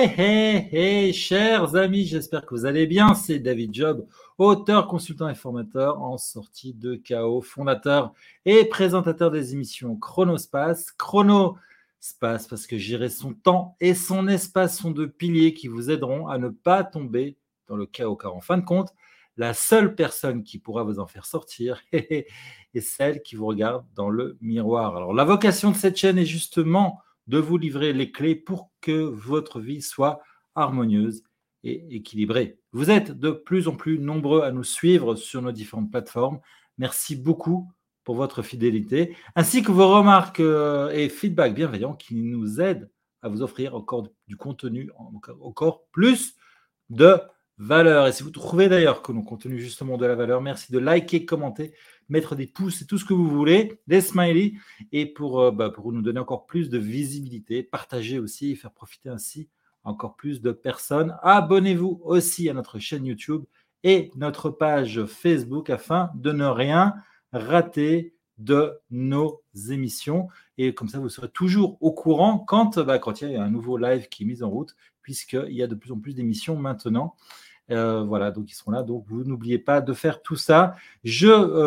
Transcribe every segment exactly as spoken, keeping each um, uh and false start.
Hey, hey, hey, chers amis, j'espère que vous allez bien. C'est David Job, auteur, consultant et formateur en sortie de K O, fondateur et présentateur des émissions Chronospace. Chronospace, parce que gérer son temps et son espace sont deux piliers qui vous aideront à ne pas tomber dans le chaos, car en fin de compte, la seule personne qui pourra vous en faire sortir est celle qui vous regarde dans le miroir. Alors, la vocation de cette chaîne est justement de vous livrer les clés pour que votre vie soit harmonieuse et équilibrée. Vous êtes de plus en plus nombreux à nous suivre sur nos différentes plateformes. Merci beaucoup pour votre fidélité, ainsi que vos remarques et feedbacks bienveillants qui nous aident à vous offrir encore du contenu, encore plus de valeur. Et si vous trouvez d'ailleurs que nos contenus justement de la valeur, merci de liker, commenter, mettre des pouces et tout ce que vous voulez, des smileys, et pour, euh, bah, pour nous donner encore plus de visibilité, partager aussi et faire profiter ainsi encore plus de personnes. Abonnez-vous aussi à notre chaîne YouTube et notre page Facebook afin de ne rien rater de nos émissions. Et comme ça, vous serez toujours au courant quand, bah, quand il y a un nouveau live qui est mis en route, puisqu'il y a de plus en plus d'émissions maintenant. Euh, voilà, donc ils seront là. Donc, vous n'oubliez pas de faire tout ça. Je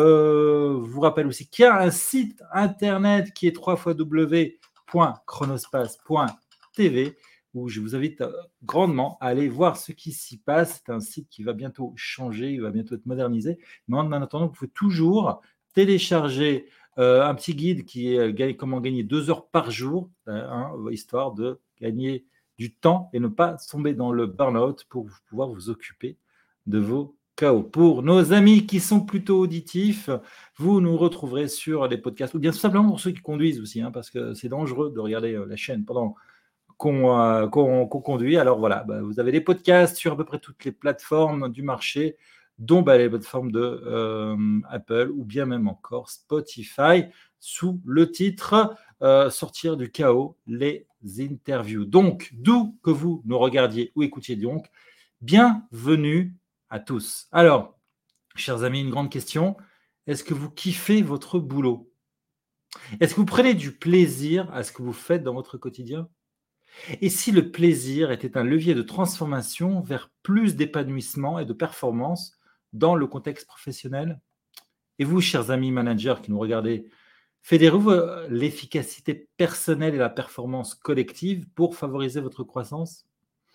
euh, vous rappelle aussi qu'il y a un site internet qui est w w w point chronospace point t v où je vous invite grandement à aller voir ce qui s'y passe. C'est un site qui va bientôt changer, il va bientôt être modernisé. Mais en attendant, vous pouvez toujours télécharger euh, un petit guide qui est euh, comment gagner deux heures par jour, euh, hein, histoire de gagner du temps et ne pas tomber dans le burn-out pour pouvoir vous occuper de vos K O. Pour nos amis qui sont plutôt auditifs, vous nous retrouverez sur les podcasts, ou bien tout simplement pour ceux qui conduisent aussi, hein, parce que c'est dangereux de regarder la chaîne pendant qu'on, euh, qu'on, qu'on conduit. Alors voilà, bah, vous avez les podcasts sur à peu près toutes les plateformes du marché, dont bah, les plateformes de euh, Apple ou bien même encore Spotify, sous le titre euh, Sortir du chaos, les interviews. Donc, d'où que vous nous regardiez ou écoutiez donc, bienvenue à tous. Alors, chers amis, une grande question. Est-ce que vous kiffez votre boulot? Est-ce que vous prenez du plaisir à ce que vous faites dans votre quotidien? Et si le plaisir était un levier de transformation vers plus d'épanouissement et de performance dans le contexte professionnel? Et vous, chers amis managers qui nous regardez, fédérez-vous l'efficacité personnelle et la performance collective pour favoriser votre croissance?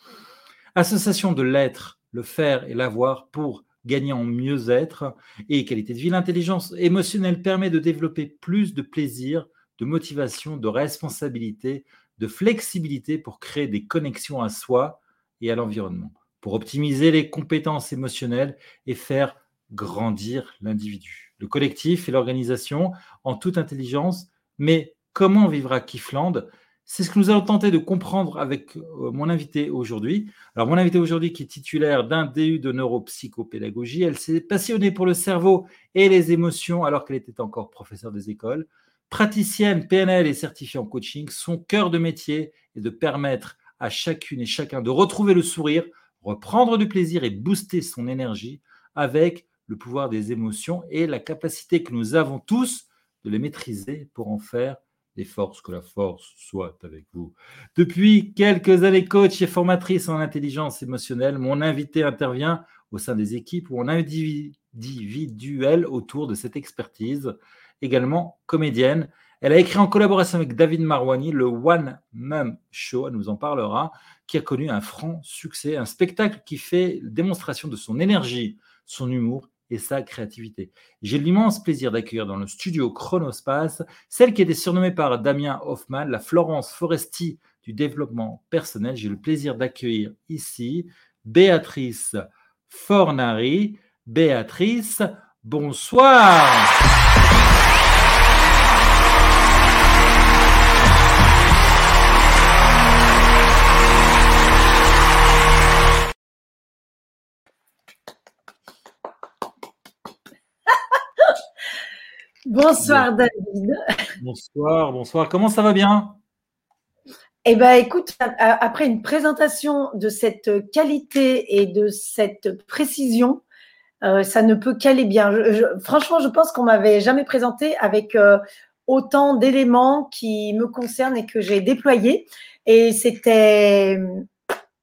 Association de l'être, le faire et l'avoir pour gagner en mieux-être et qualité de vie. L'intelligence émotionnelle permet de développer plus de plaisir, de motivation, de responsabilité, de flexibilité pour créer des connexions à soi et à l'environnement, pour optimiser les compétences émotionnelles et faire grandir l'individu. Le collectif et l'organisation en toute intelligence, mais comment vivre à Kiffland? C'est ce que nous allons tenter de comprendre avec mon invité aujourd'hui. Alors, mon invité aujourd'hui qui est titulaire d'un D U de neuropsychopédagogie, elle s'est passionnée pour le cerveau et les émotions alors qu'elle était encore professeure des écoles. Praticienne P N L et certifiée en coaching, son cœur de métier est de permettre à chacune et chacun de retrouver le sourire, reprendre du plaisir et booster son énergie avec le pouvoir des émotions et la capacité que nous avons tous de les maîtriser pour en faire des forces, que la force soit avec vous. Depuis quelques années, coach et formatrice en intelligence émotionnelle, mon invité intervient au sein des équipes ou en individuel autour de cette expertise. Également comédienne, elle a écrit en collaboration avec David Marouani le One Man Show, elle nous en parlera, qui a connu un franc succès, un spectacle qui fait démonstration de son énergie, son humour et sa créativité. J'ai l'immense plaisir d'accueillir dans le studio Chronospace celle qui était surnommée par Damien Hoffman la Florence Foresti du développement personnel. J'ai le plaisir d'accueillir ici Béatrice Fornari. Béatrice, bonsoir. Bonsoir David. Bonsoir, bonsoir. Comment ça va bien? Eh bien, écoute, après une présentation de cette qualité et de cette précision, euh, ça ne peut qu'aller bien. Je, je, franchement, je pense qu'on m'avait jamais présenté avec euh, autant d'éléments qui me concernent et que j'ai déployés. Et c'était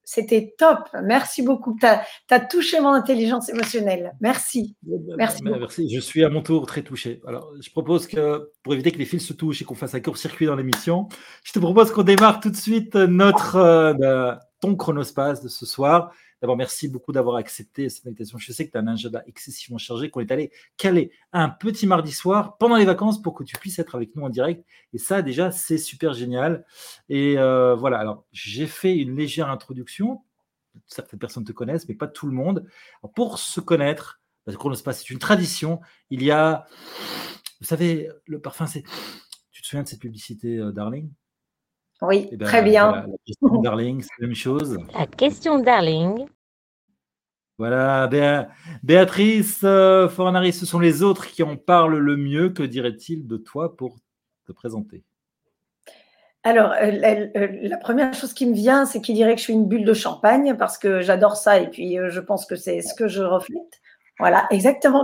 C'était top. Merci beaucoup. Tu as touché mon intelligence émotionnelle. Merci. Merci beaucoup. Merci. Je suis à mon tour très touché. Alors, je propose que, pour éviter que les fils se touchent et qu'on fasse un court-circuit dans l'émission, je te propose qu'on démarre tout de suite notre, euh, ton chronospace de ce soir. D'abord, merci beaucoup d'avoir accepté cette invitation. Je sais que tu as un agenda excessivement chargé, qu'on est allé caler un petit mardi soir pendant les vacances pour que tu puisses être avec nous en direct. Et ça, déjà, c'est super génial. Et euh, voilà, alors, j'ai fait une légère introduction. Certaines personnes te connaissent, mais pas tout le monde. Alors, pour se connaître, le chronospace, c'est une tradition. Il y a, vous savez, le parfum, c'est... Tu te souviens de cette publicité, euh, Darling ? Oui, eh ben, très bien. Voilà, la question Darling, c'est la même chose. La question Darling. Voilà, Béa- Béatrice euh, Fornari, ce sont les autres qui en parlent le mieux. Que dirait-il de toi pour te présenter ? Alors, euh, la, euh, la première chose qui me vient, c'est qu'il dirait que je suis une bulle de champagne parce que j'adore ça et puis euh, je pense que c'est ce que je reflète. Voilà, exactement.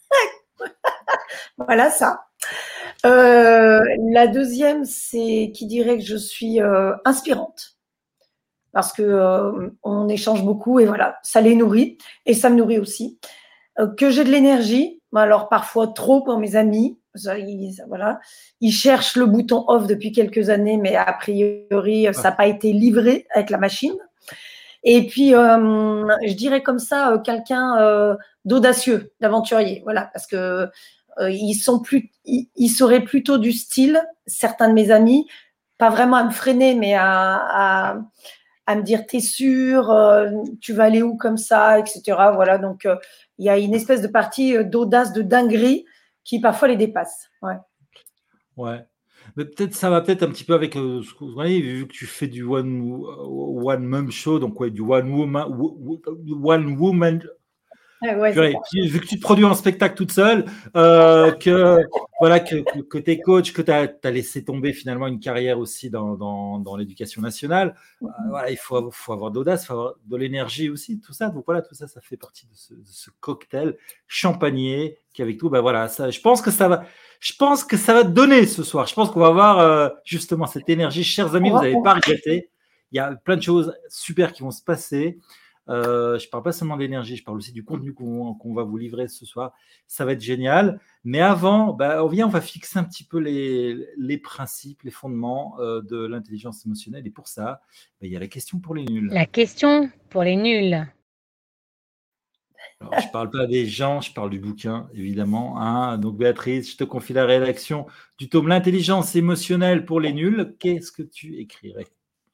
Voilà ça. Euh, la deuxième, c'est qui dirait que je suis euh, inspirante parce que euh, on échange beaucoup et voilà, ça les nourrit et ça me nourrit aussi. Euh, que j'ai de l'énergie, alors parfois trop pour mes amis. Ça, ils, voilà. Ils cherchent le bouton off depuis quelques années, mais a priori, ça n'a pas été livré avec la machine. Et puis, euh, je dirais comme ça, euh, quelqu'un euh, d'audacieux, d'aventurier, voilà, parce que euh, ils sont plus, ils, ils seraient plutôt du style, certains de mes amis, pas vraiment à me freiner, mais à, à, à me dire t'es sûr, euh, tu vas aller où comme ça, et cetera. Voilà, donc euh, il y a une espèce de partie d'audace, de dinguerie qui parfois les dépasse. Ouais. Ouais. Mais peut-être ça va peut-être un petit peu avec euh, ce que vous voyez, vu que tu fais du one one man show, donc ouais, du one woman one woman. Ouais, ouais, Purée, vu que tu te produis en spectacle toute seule, euh, que voilà que, que, que tu es coach, que tu as, as laissé tomber finalement une carrière aussi dans, dans, dans l'éducation nationale, euh, voilà, il faut, faut avoir d'audace, il faut avoir de l'énergie aussi, tout ça. Donc voilà, tout ça, ça fait partie de ce, de ce cocktail champagné qui avec tout, ben voilà, ça, je pense que ça va, je pense que ça va donner ce soir. Je pense qu'on va avoir euh, justement cette énergie, chers amis, vous n'avez pas regretté. Il y a plein de choses super qui vont se passer. Euh, je ne parle pas seulement d'énergie, je parle aussi du contenu qu'on qu'on va vous livrer ce soir. Ça va être génial. Mais avant, bah, on vient, on va fixer un petit peu les, les principes, les fondements euh, de l'intelligence émotionnelle. Et pour ça, bah, il y a la question pour les nuls. La question pour les nuls. Alors, je ne parle pas des gens, je parle du bouquin, évidemment. Hein. Donc, Béatrice, je te confie la rédaction du tome L'intelligence émotionnelle pour les nuls. Qu'est-ce que tu écrirais ?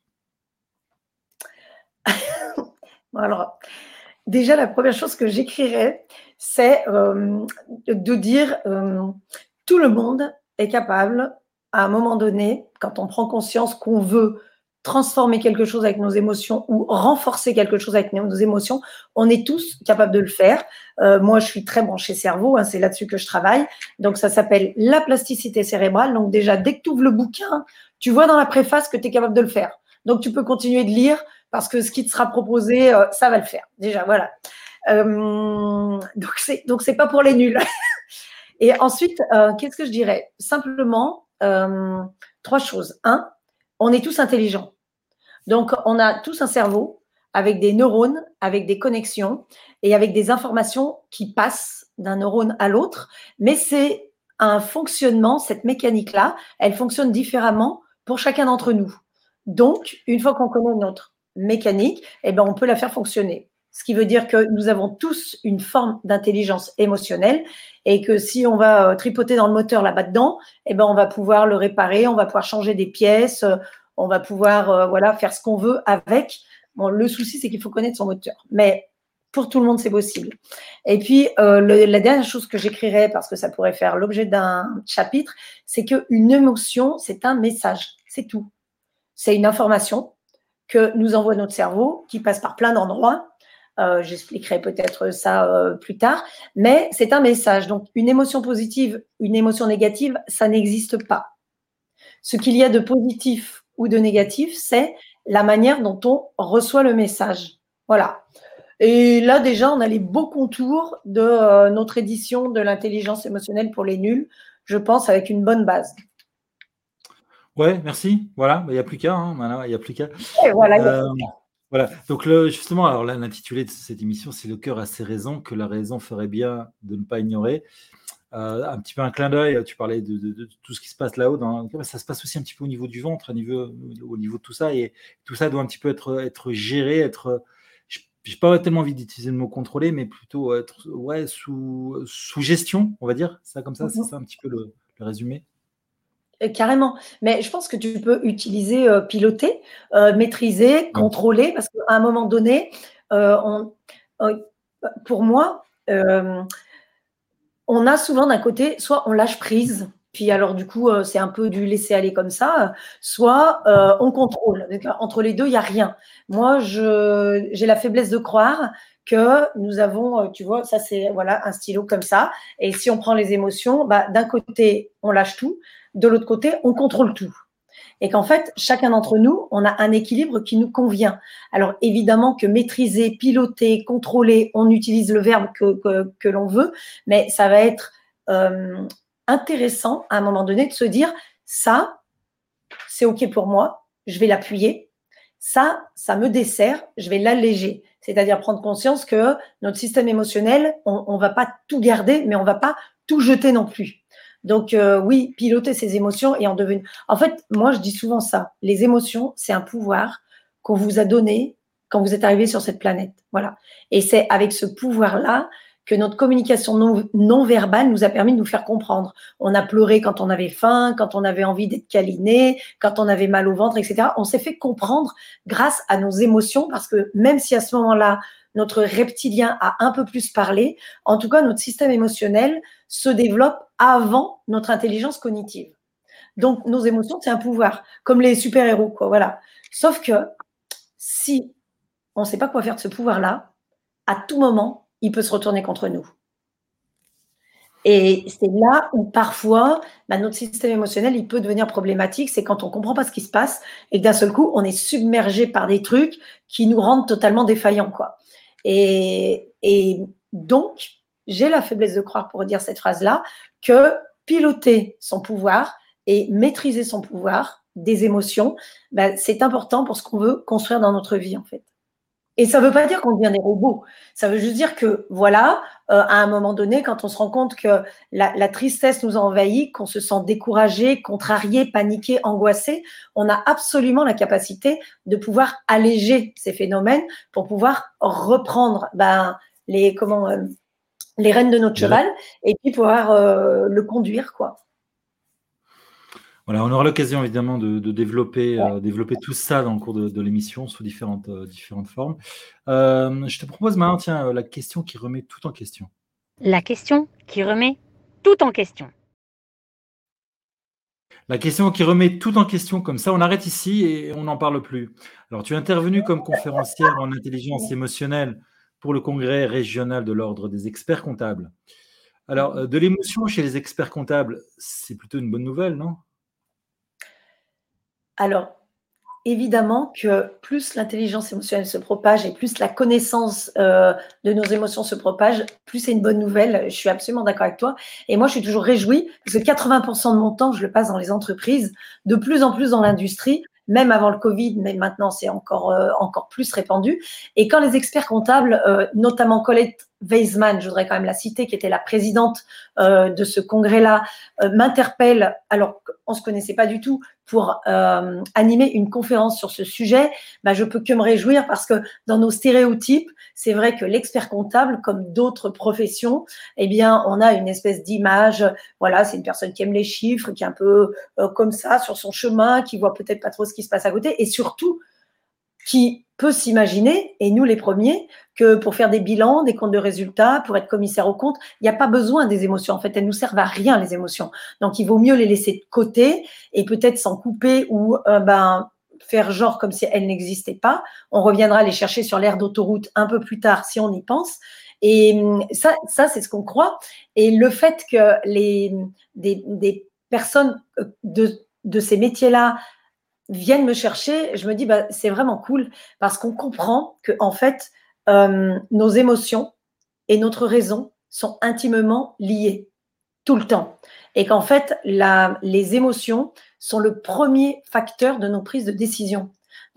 Alors, déjà, la première chose que j'écrirais, c'est euh, de dire euh, tout le monde est capable, à un moment donné, quand on prend conscience qu'on veut transformer quelque chose avec nos émotions ou renforcer quelque chose avec nos émotions, on est tous capables de le faire. Euh, moi, je suis très branchée cerveau, hein, c'est là-dessus que je travaille. Donc, ça s'appelle la plasticité cérébrale. Donc, déjà, dès que tu ouvres le bouquin, tu vois dans la préface que tu es capable de le faire. Donc, tu peux continuer de lire parce que ce qui te sera proposé, euh, ça va le faire. Déjà, voilà. Euh, donc, c'est donc c'est pas pour les nuls. Et ensuite, euh, qu'est-ce que je dirais ? Simplement, euh, trois choses. Un, on est tous intelligents. Donc, on a tous un cerveau avec des neurones, avec des connexions et avec des informations qui passent d'un neurone à l'autre. Mais c'est un fonctionnement, cette mécanique-là, elle fonctionne différemment pour chacun d'entre nous. Donc, une fois qu'on connaît notre mécanique, eh ben, on peut la faire fonctionner. Ce qui veut dire que nous avons tous une forme d'intelligence émotionnelle et que si on va tripoter dans le moteur là-bas dedans, eh ben, on va pouvoir le réparer, on va pouvoir changer des pièces, on va pouvoir euh, voilà, faire ce qu'on veut avec. Bon, le souci, c'est qu'il faut connaître son moteur. Mais pour tout le monde, c'est possible. Et puis, euh, le, la dernière chose que j'écrirais, parce que ça pourrait faire l'objet d'un chapitre, c'est qu'une émotion, c'est un message. C'est tout. C'est une information que nous envoie notre cerveau, qui passe par plein d'endroits. Euh, j'expliquerai peut-être ça euh, plus tard. Mais c'est un message. Donc, une émotion positive, une émotion négative, ça n'existe pas. Ce qu'il y a de positif ou de négatif, c'est la manière dont on reçoit le message. Voilà. Et là, déjà, on a les beaux contours de euh, notre édition de l'intelligence émotionnelle pour les nuls, je pense, avec une bonne base. Ouais, merci. Voilà, il n'y a plus qu'à. Hein. Voilà, il n'y a plus qu'à. Et voilà, euh, Voilà, donc le justement, alors là, l'intitulé de cette émission, c'est «Le cœur a ses raisons, que la raison ferait bien de ne pas ignorer». Heu, un petit peu un clin d'œil, tu parlais de de de tout ce qui se passe là-haut dans ça se passe aussi un petit peu au niveau du ventre, au niveau au niveau de tout ça et tout ça doit un petit peu être être géré, être, j j'ai pas tellement envie d'utiliser le mot contrôler, mais plutôt être, ouais, sous sous gestion, on va dire ça comme ça, c'est Mmh. ça un petit peu le le résumé? Heu, carrément, mais je pense que tu peux utiliser, heu, piloter, heu, maîtriser, Ouais. contrôler parce qu'à un moment donné, heu, on heu, pour moi, hem, on a souvent d'un côté, soit on lâche prise, puis alors du coup, heu, c'est un peu du laisser aller comme ça, soit, heu, on contrôle. Donc entre les deux, il y a rien. Moi, je j'ai la faiblesse de croire que nous avons, heu, tu vois, ça c'est voilà un stylo comme ça et si on prend les émotions, bah, d'un côté, on lâche tout, de l'autre côté, on contrôle tout et qu'en fait, chacun d'entre nous, on a un équilibre qui nous convient. Alors évidemment que maîtriser, piloter, contrôler, on utilise le verbe que, que, que l'on veut, mais ça va être euh, intéressant à un moment donné de se dire, ça, c'est OK pour moi, je vais l'appuyer. Ça, ça me dessert, je vais l'alléger. C'est-à-dire prendre conscience que notre système émotionnel, on ne va pas tout garder, mais on ne va pas tout jeter non plus. Donc euh, oui, piloter ses émotions et en devenir. En fait, moi, je dis souvent ça. Les émotions, c'est un pouvoir qu'on vous a donné quand vous êtes arrivé sur cette planète. Voilà. Et c'est avec ce pouvoir-là que notre communication non, non verbale nous a permis de nous faire comprendre. On a pleuré quand on avait faim, quand on avait envie d'être câliné, quand on avait mal au ventre, et cetera. On s'est fait comprendre grâce à nos émotions parce que même si à ce moment-là, notre reptilien a un peu plus parlé, en tout cas, notre système émotionnel se développe avant notre intelligence cognitive. Donc, nos émotions, c'est un pouvoir, comme les super-héros, quoi, voilà. Sauf que si on ne sait pas quoi faire de ce pouvoir-là, à tout moment, il peut se retourner contre nous. Et c'est là où parfois, bah, notre système émotionnel, il peut devenir problématique. C'est quand on ne comprend pas ce qui se passe et que d'un seul coup, on est submergé par des trucs qui nous rendent totalement défaillants, quoi. Et, et donc, j'ai la faiblesse de croire, pour dire cette phrase-là, que piloter son pouvoir et maîtriser son pouvoir des émotions, bah, c'est important pour ce qu'on veut construire dans notre vie, en fait. Et ça ne veut pas dire qu'on devient des robots. Ça veut juste dire que, voilà, euh, à un moment donné, quand on se rend compte que la, la tristesse nous a envahis, qu'on se sent découragé, contrarié, paniqué, angoissé, on a absolument la capacité de pouvoir alléger ces phénomènes pour pouvoir reprendre ben, les, comment, euh, les rênes de notre cheval et puis pouvoir euh, le conduire, quoi. Voilà, on aura l'occasion évidemment de, de développer, Ouais. euh, développer tout ça dans le cours de, de l'émission sous différentes, euh, différentes formes. Euh, je te propose maintenant, tiens, euh, la question qui remet tout en question. La question qui remet tout en question. La question qui remet tout en question, comme ça on arrête ici et on n'en parle plus. Alors tu es intervenue comme conférencière en intelligence émotionnelle pour le congrès régional de l'ordre des experts comptables. Alors, euh, de l'émotion chez les experts comptables, c'est plutôt une bonne nouvelle, non? Alors, évidemment que plus l'intelligence émotionnelle se propage et plus la connaissance euh, de nos émotions se propage, plus c'est une bonne nouvelle. Je suis absolument d'accord avec toi. Et moi, je suis toujours réjouie parce que quatre-vingts pour cent de mon temps, je le passe dans les entreprises, de plus en plus dans l'industrie, même avant le Covid, mais maintenant c'est encore, euh, encore plus répandu. Et quand les experts comptables, euh, notamment Colette Weisman, je voudrais quand même la citer, qui était la présidente euh, de ce congrès-là, euh, m'interpelle, alors qu'on ne se connaissait pas du tout, pour euh, animer une conférence sur ce sujet, bah, je peux que me réjouir parce que dans nos stéréotypes, c'est vrai que l'expert comptable, comme d'autres professions, eh bien, on a une espèce d'image, voilà, c'est une personne qui aime les chiffres, qui est un peu euh, comme ça sur son chemin, qui voit peut-être pas trop ce qui se passe à côté et surtout qui peut s'imaginer, et nous les premiers, que pour faire des bilans, des comptes de résultats, pour être commissaire aux comptes, il n'y a pas besoin des émotions. En fait, elles ne nous servent à rien, les émotions. Donc, il vaut mieux les laisser de côté et peut-être s'en couper ou euh, ben, faire genre comme si elles n'existaient pas. On reviendra les chercher sur l'aire d'autoroute un peu plus tard si on y pense. Et ça, ça c'est ce qu'on croit. Et le fait que les, des, des personnes de, de ces métiers-là viennent me chercher, je me dis, bah, c'est vraiment cool parce qu'on comprend que, en fait, euh, nos émotions et notre raison sont intimement liées tout le temps. Et qu'en fait, la, les émotions sont le premier facteur de nos prises de décision.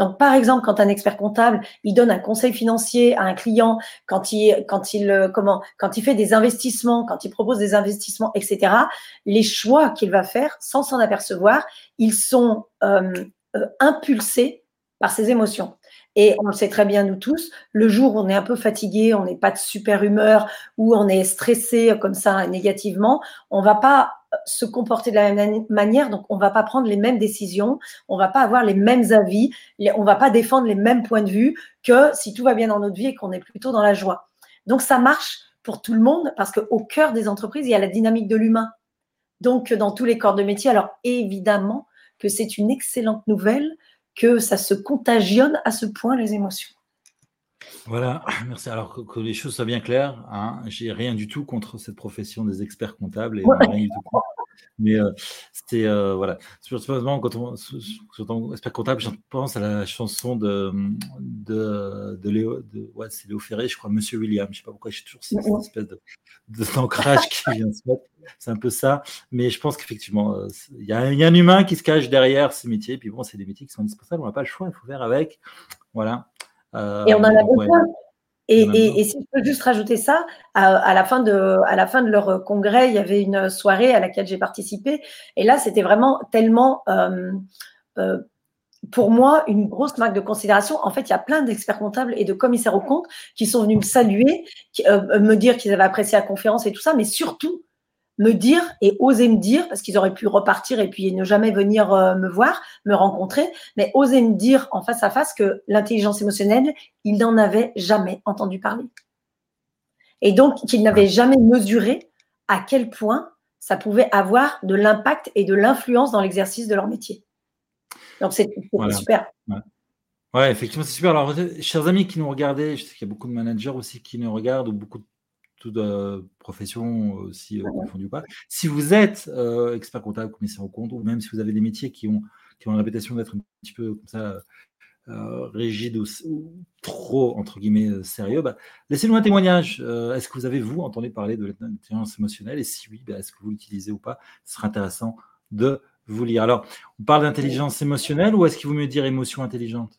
Donc, par exemple, quand un expert comptable, il donne un conseil financier à un client, quand il, quand il, euh, comment, quand il fait des investissements, quand il propose des investissements, et cetera, les choix qu'il va faire, sans s'en apercevoir, ils sont euh, euh, impulsés par ses émotions. Et on le sait très bien, nous tous, le jour où on est un peu fatigué, on n'est pas de super humeur, ou on est stressé comme ça négativement, on ne va pas se comporter de la même manière, donc on ne va pas prendre les mêmes décisions, on ne va pas avoir les mêmes avis, on ne va pas défendre les mêmes points de vue que si tout va bien dans notre vie et qu'on est plutôt dans la joie. Donc ça marche pour tout le monde parce qu'au cœur des entreprises, il y a la dynamique de l'humain. Donc dans tous les corps de métier, alors évidemment que c'est une excellente nouvelle que ça se contagionne à ce point les émotions. Voilà, merci. Alors que, que les choses soient bien claires, hein, j'ai rien du tout contre cette profession des experts comptables et Ouais. rien du tout contre. Mais euh, c'était euh, voilà. Surtout quand on, quand on expert comptable, je pense à la chanson de de, de Léo, de, ouais, c'est Léo Ferré, je crois, Monsieur William. Je sais pas pourquoi j'ai toujours cette, cette espèce de d'ancrage qui vient se mettre. C'est un peu ça. Mais je pense qu'effectivement, euh, il y, a, y a un humain qui se cache derrière ces métiers. Puis bon, c'est des métiers qui sont indispensables. On n'a pas le choix. Il faut faire avec. Voilà. Euh, et on en a donc, ouais, besoin. Et, on a et, besoin. et si je peux juste rajouter ça, à, à, la fin de, à la fin de leur congrès, il y avait une soirée à laquelle j'ai participé. Et là, c'était vraiment tellement, euh, euh, pour moi, une grosse marque de considération. En fait, il y a plein d'experts comptables et de commissaires aux comptes qui sont venus me saluer, qui, euh, me dire qu'ils avaient apprécié la conférence et tout ça, mais surtout me dire et oser me dire, parce qu'ils auraient pu repartir et puis ne jamais venir euh, me voir, me rencontrer, mais oser me dire en face à face que l'intelligence émotionnelle, ils n'en avaient jamais entendu parler. Et donc, qu'ils n'avaient jamais mesuré à quel point ça pouvait avoir de l'impact et de l'influence dans l'exercice de leur métier. Donc, c'était Voilà. super. Ouais. Ouais, effectivement, c'est super. Alors, chers amis qui nous regardez, je sais qu'il y a beaucoup de managers aussi qui nous regardent, ou beaucoup de toute euh, profession aussi euh, confondue ou pas. Si vous êtes euh, expert comptable, commissaire aux comptes, ou même si vous avez des métiers qui ont, qui ont la réputation d'être un petit peu comme ça euh, rigides ou, ou trop, entre guillemets, euh, sérieux, bah, laissez-nous un témoignage. Euh, est-ce que vous avez, vous, entendu parler de l'intelligence émotionnelle? Et si oui, bah, est-ce que vous l'utilisez ou pas? Ce sera intéressant de vous lire. Alors, on parle d'intelligence émotionnelle ou est-ce qu'il vaut mieux dire émotion intelligente?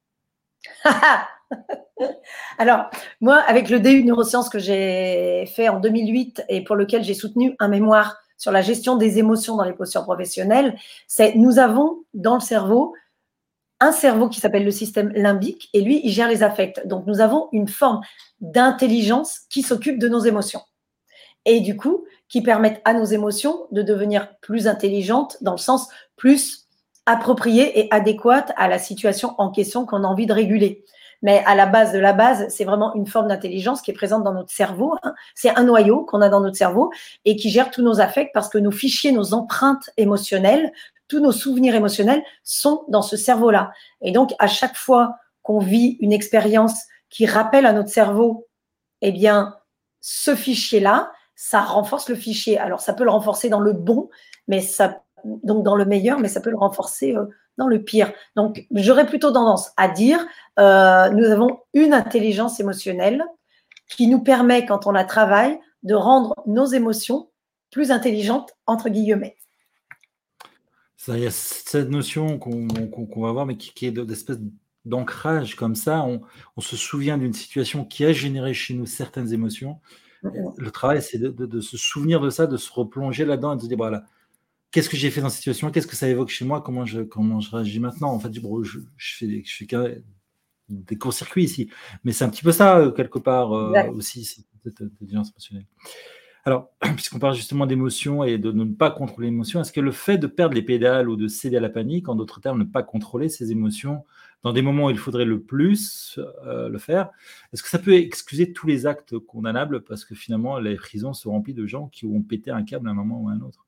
Alors, moi, avec le D U neurosciences que j'ai fait en deux mille huit et pour lequel j'ai soutenu un mémoire sur la gestion des émotions dans les postures professionnelles, c'est nous avons dans le cerveau un cerveau qui s'appelle le système limbique et lui, il gère les affects. Donc, nous avons une forme d'intelligence qui s'occupe de nos émotions et du coup, qui permettent à nos émotions de devenir plus intelligentes dans le sens plus appropriée et adéquate à la situation en question qu'on a envie de réguler. Mais à la base de la base, c'est vraiment une forme d'intelligence qui est présente dans notre cerveau. Hein. C'est un noyau qu'on a dans notre cerveau et qui gère tous nos affects parce que nos fichiers, nos empreintes émotionnelles, tous nos souvenirs émotionnels sont dans ce cerveau-là. Et donc, à chaque fois qu'on vit une expérience qui rappelle à notre cerveau, eh bien, ce fichier-là, ça renforce le fichier. Alors, ça peut le renforcer dans le bon, mais ça, donc dans le meilleur, mais ça peut le renforcer euh, dans le pire. Donc, j'aurais plutôt tendance à dire, euh, nous avons une intelligence émotionnelle qui nous permet, quand on la travaille, de rendre nos émotions plus intelligentes, entre guillemets. Ça, il y a cette notion qu'on qu'on, qu'on va voir, mais qui, qui est d'espèce d'ancrage comme ça. On, on se souvient d'une situation qui a généré chez nous certaines émotions. Mm-hmm. Le travail, c'est de, de, de se souvenir de ça, de se replonger là-dedans et de se dire, voilà, qu'est-ce que j'ai fait dans cette situation? Qu'est-ce que ça évoque chez moi? Comment je, comment je réagis maintenant? En fait, bon, je, je fais, des, je fais des courts-circuits ici. Mais c'est un petit peu ça, quelque part, euh, aussi, cette intelligence émotionnelle. Alors, puisqu'on parle justement d'émotion et de ne pas contrôler l'émotion, est-ce que le fait de perdre les pédales ou de céder à la panique, en d'autres termes, ne pas contrôler ses émotions dans des moments où il faudrait le plus euh, le faire, est-ce que ça peut excuser tous les actes condamnables parce que finalement, les prisons sont remplies de gens qui ont pété un câble à un moment ou à un autre?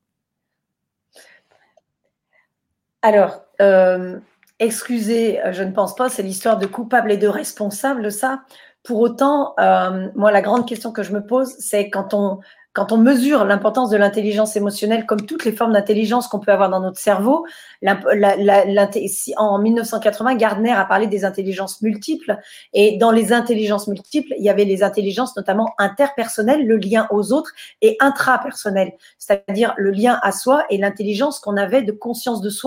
Alors, euh, excuser, je ne pense pas, c'est l'histoire de coupable et de responsable, ça. Pour autant, euh, moi, la grande question que je me pose, c'est quand on, quand on mesure l'importance de l'intelligence émotionnelle, comme toutes les formes d'intelligence qu'on peut avoir dans notre cerveau, la, la, la, en mille neuf cent quatre-vingts, Gardner a parlé des intelligences multiples. Et dans les intelligences multiples, il y avait les intelligences notamment interpersonnelles, le lien aux autres, et intrapersonnelles, c'est-à-dire le lien à soi et l'intelligence qu'on avait de conscience de soi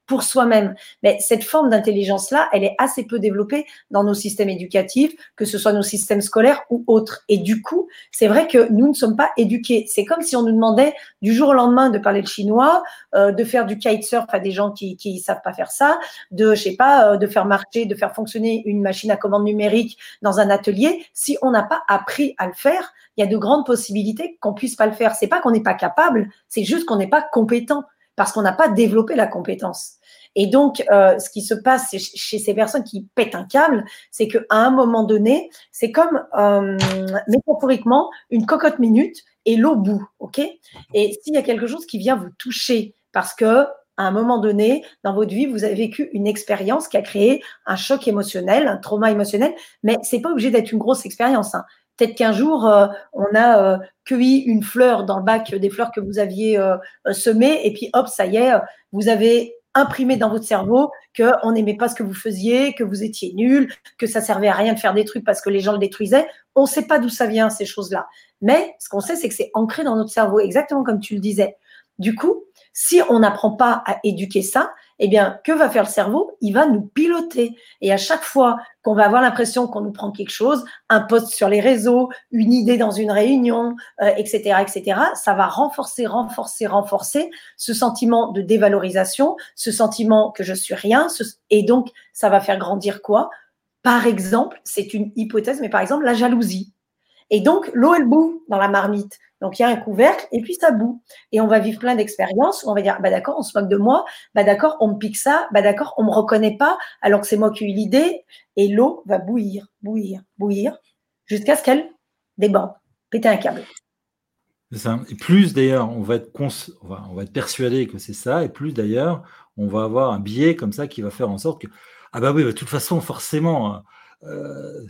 pour soi-même. Mais cette forme d'intelligence-là, elle est assez peu développée dans nos systèmes éducatifs, que ce soit nos systèmes scolaires ou autres. Et du coup, c'est vrai que nous ne sommes pas éduqués. C'est comme si on nous demandait du jour au lendemain de parler le chinois, euh, de faire du kitesurf à des gens qui qui savent pas faire ça, de je sais pas, euh, de faire marcher, de faire fonctionner une machine à commande numérique dans un atelier. Si on n'a pas appris à le faire, il y a de grandes possibilités qu'on puisse pas le faire. C'est pas qu'on n'est pas capable, c'est juste qu'on n'est pas compétent parce qu'on n'a pas développé la compétence. Et donc, euh, ce qui se passe chez ces personnes qui pètent un câble, c'est qu'à un moment donné, c'est comme euh, métaphoriquement une cocotte minute et l'eau bout, ok? Et s'il y a quelque chose qui vient vous toucher, parce que à un moment donné, dans votre vie, vous avez vécu une expérience qui a créé un choc émotionnel, un trauma émotionnel, mais c'est pas obligé d'être une grosse expérience. Hein. Peut-être qu'un jour, euh, on a euh, cueilli une fleur dans le bac des fleurs que vous aviez euh, semées, et puis hop, ça y est, vous avez imprimé dans votre cerveau qu'on n'aimait pas ce que vous faisiez, que vous étiez nul, que ça servait à rien de faire des trucs parce que les gens le détruisaient. On ne sait pas d'où ça vient, ces choses-là. Mais ce qu'on sait, c'est que c'est ancré dans notre cerveau, exactement comme tu le disais. Du coup, si on n'apprend pas à éduquer ça, eh bien, que va faire le cerveau? Il va nous piloter. Et à chaque fois qu'on va avoir l'impression qu'on nous prend quelque chose, un post sur les réseaux, une idée dans une réunion, euh, et cetera, et cetera, ça va renforcer, renforcer, renforcer ce sentiment de dévalorisation, ce sentiment que je suis rien. Ce... Et donc, ça va faire grandir quoi? Par exemple, c'est une hypothèse, mais par exemple, la jalousie. Et donc, l'eau, elle bout dans la marmite. Donc, il y a un couvercle et puis ça bout. Et on va vivre plein d'expériences où on va dire, bah d'accord, on se moque de moi, bah d'accord, on me pique ça, bah d'accord, on me reconnaît pas alors que c'est moi qui ai eu l'idée. Et l'eau va bouillir, bouillir, bouillir jusqu'à ce qu'elle déborde, péter un câble. C'est ça. Et plus d'ailleurs, on va être cons... on va, on va être persuadé que c'est ça, et plus d'ailleurs, on va avoir un biais comme ça qui va faire en sorte que, ah bah oui, bah, de toute façon, forcément, euh,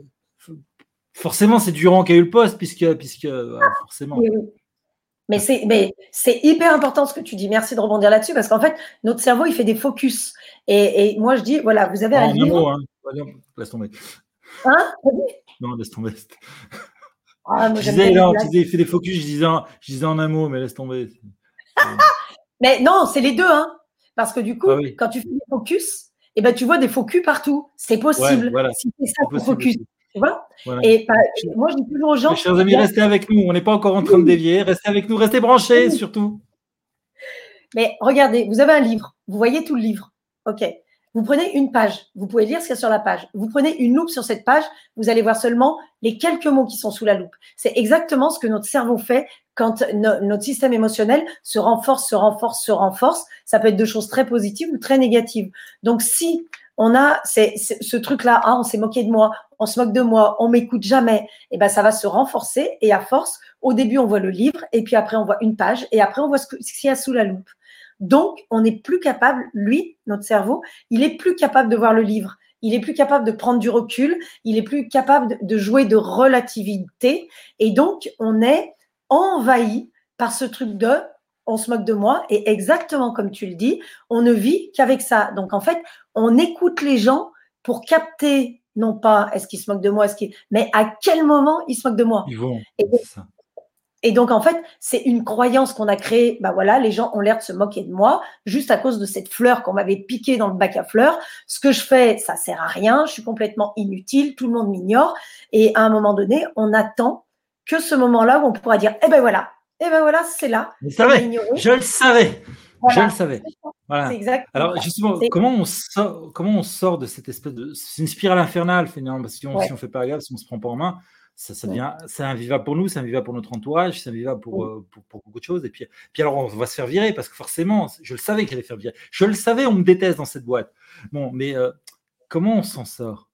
forcément, c'est Durand qui a eu le poste, puisque, puisque ah, forcément. Oui, oui. Mais c'est, mais c'est hyper important ce que tu dis. Merci de rebondir là-dessus parce qu'en fait, notre cerveau, il fait des focus. Et, et moi, je dis, voilà, vous avez en un livre. Mot, hein. Laisse tomber. Hein? Non, laisse tomber. Ah, moi, je disais, non, tu disais, il fait des focus, je disais, je disais en un mot, mais laisse tomber. Mais non, c'est les deux, hein. Parce que du coup, ah, oui. quand tu fais des focus, eh ben, tu vois des focus partout. C'est possible. Ouais, voilà. Si c'est ça ton focus. Aussi. Tu vois voilà. Et bah, moi, je dis toujours aux gens. Mes chers amis, restez avec nous. On n'est pas encore en train de dévier. Restez avec nous, restez branchés surtout. Mais regardez, vous avez un livre. Vous voyez tout le livre. OK. Vous prenez une page. Vous pouvez lire ce qu'il y a sur la page. Vous prenez une loupe sur cette page. Vous allez voir seulement les quelques mots qui sont sous la loupe. C'est exactement ce que notre cerveau fait quand no- notre système émotionnel se renforce, se renforce, se renforce. Ça peut être de choses très positives ou très négatives. Donc, si on a c'est, c'est, ce truc-là, ah, on s'est moqué de moi, on se moque de moi, on m'écoute jamais, et ben ça va se renforcer. Et à force, au début, on voit le livre, et puis après, on voit une page, et après, on voit ce, que, ce qu'il y a sous la loupe. Donc, on n'est plus capable, lui, notre cerveau, il est plus capable de voir le livre. Il est plus capable de prendre du recul. Il est plus capable de jouer de relativité. Et donc, on est envahi par ce truc de on se moque de moi. Et exactement comme tu le dis, on ne vit qu'avec ça. Donc, en fait, on écoute les gens pour capter, non pas est-ce qu'ils se moquent de moi, est-ce qu'ils... mais à quel moment ils se moquent de moi. Ils vont, et donc, c'est ça. Et donc, en fait, c'est une croyance qu'on a créée. Ben voilà, les gens ont l'air de se moquer de moi juste à cause de cette fleur qu'on m'avait piquée dans le bac à fleurs. Ce que je fais, ça sert à rien. Je suis complètement inutile. Tout le monde m'ignore. Et à un moment donné, on attend que ce moment-là où on pourra dire, eh ben voilà, eh ben voilà, c'est là. Je le savais. Je le savais. Voilà. Je le savais. Voilà. C'est exactement Alors, justement, c'est... comment on, sort, comment on sort de cette espèce de... C'est une spirale infernale, finalement, parce que si on ne ouais. si fait pas gaffe, si on ne se prend pas en main, ça, ça devient, c'est invivable pour nous, c'est invivable pour notre entourage, c'est invivable pour, oui. euh, pour, pour beaucoup de choses. Et puis, puis alors, on va se faire virer parce que forcément, je le savais qu'il allait faire virer. Je le savais, on me déteste dans cette boîte. Bon, mais euh, comment on s'en sort?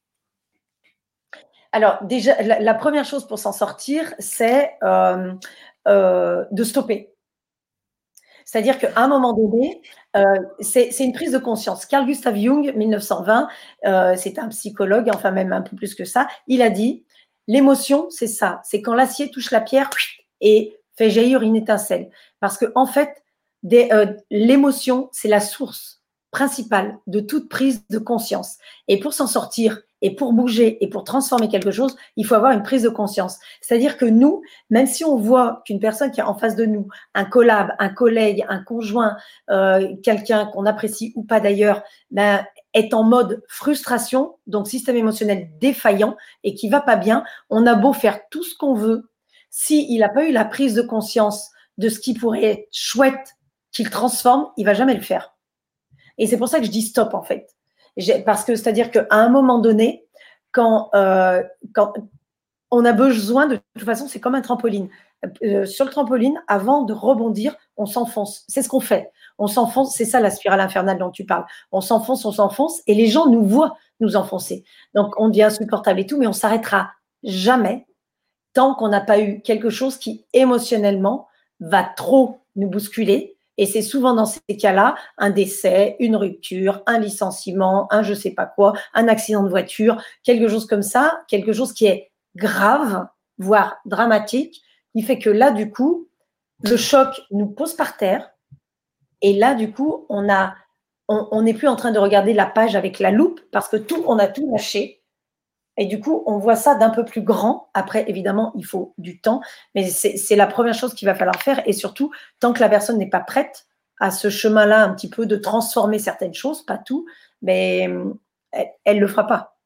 Alors, déjà, la, la première chose pour s'en sortir, c'est euh, euh, de stopper. C'est-à-dire qu'à un moment donné, euh, c'est, c'est une prise de conscience. Carl Gustav Jung, mille neuf cent vingt, euh, c'est un psychologue, enfin même un peu plus que ça, il a dit l'émotion, c'est ça. C'est quand l'acier touche la pierre et fait jaillir une étincelle. Parce que en fait, des, euh, l'émotion, c'est la source principale de toute prise de conscience. Et pour s'en sortir Et pour bouger et pour transformer quelque chose, il faut avoir une prise de conscience. C'est-à-dire que nous, même si on voit qu'une personne qui est en face de nous, un collab, un collègue, un conjoint, euh, quelqu'un qu'on apprécie ou pas d'ailleurs, ben, est en mode frustration, donc système émotionnel défaillant et qui va pas bien, on a beau faire tout ce qu'on veut, s'il n'a pas eu la prise de conscience de ce qui pourrait être chouette qu'il transforme, il va jamais le faire. Et c'est pour ça que je dis stop en fait. J'ai, parce que c'est-à-dire qu'à un moment donné, quand, euh, quand on a besoin, de, de toute façon, c'est comme un trampoline. Euh, sur le trampoline, avant de rebondir, on s'enfonce. C'est ce qu'on fait. On s'enfonce, c'est ça la spirale infernale dont tu parles. On s'enfonce, on s'enfonce, et les gens nous voient nous enfoncer. Donc, on devient insupportable et tout, mais on s'arrêtera jamais tant qu'on n'a pas eu quelque chose qui, émotionnellement, va trop nous bousculer. Et c'est souvent dans ces cas-là, un décès, une rupture, un licenciement, un je sais pas quoi, un accident de voiture, quelque chose comme ça, quelque chose qui est grave, voire dramatique, qui fait que là, du coup, le choc nous pose par terre. Et là, du coup, on a, on n'est plus en train de regarder la page avec la loupe parce que tout, on a tout lâché. Et du coup, on voit ça d'un peu plus grand. Après, évidemment, il faut du temps, mais c'est, c'est la première chose qu'il va falloir faire. Et surtout, tant que la personne n'est pas prête à ce chemin-là, un petit peu de transformer certaines choses, pas tout, mais elle ne le fera pas.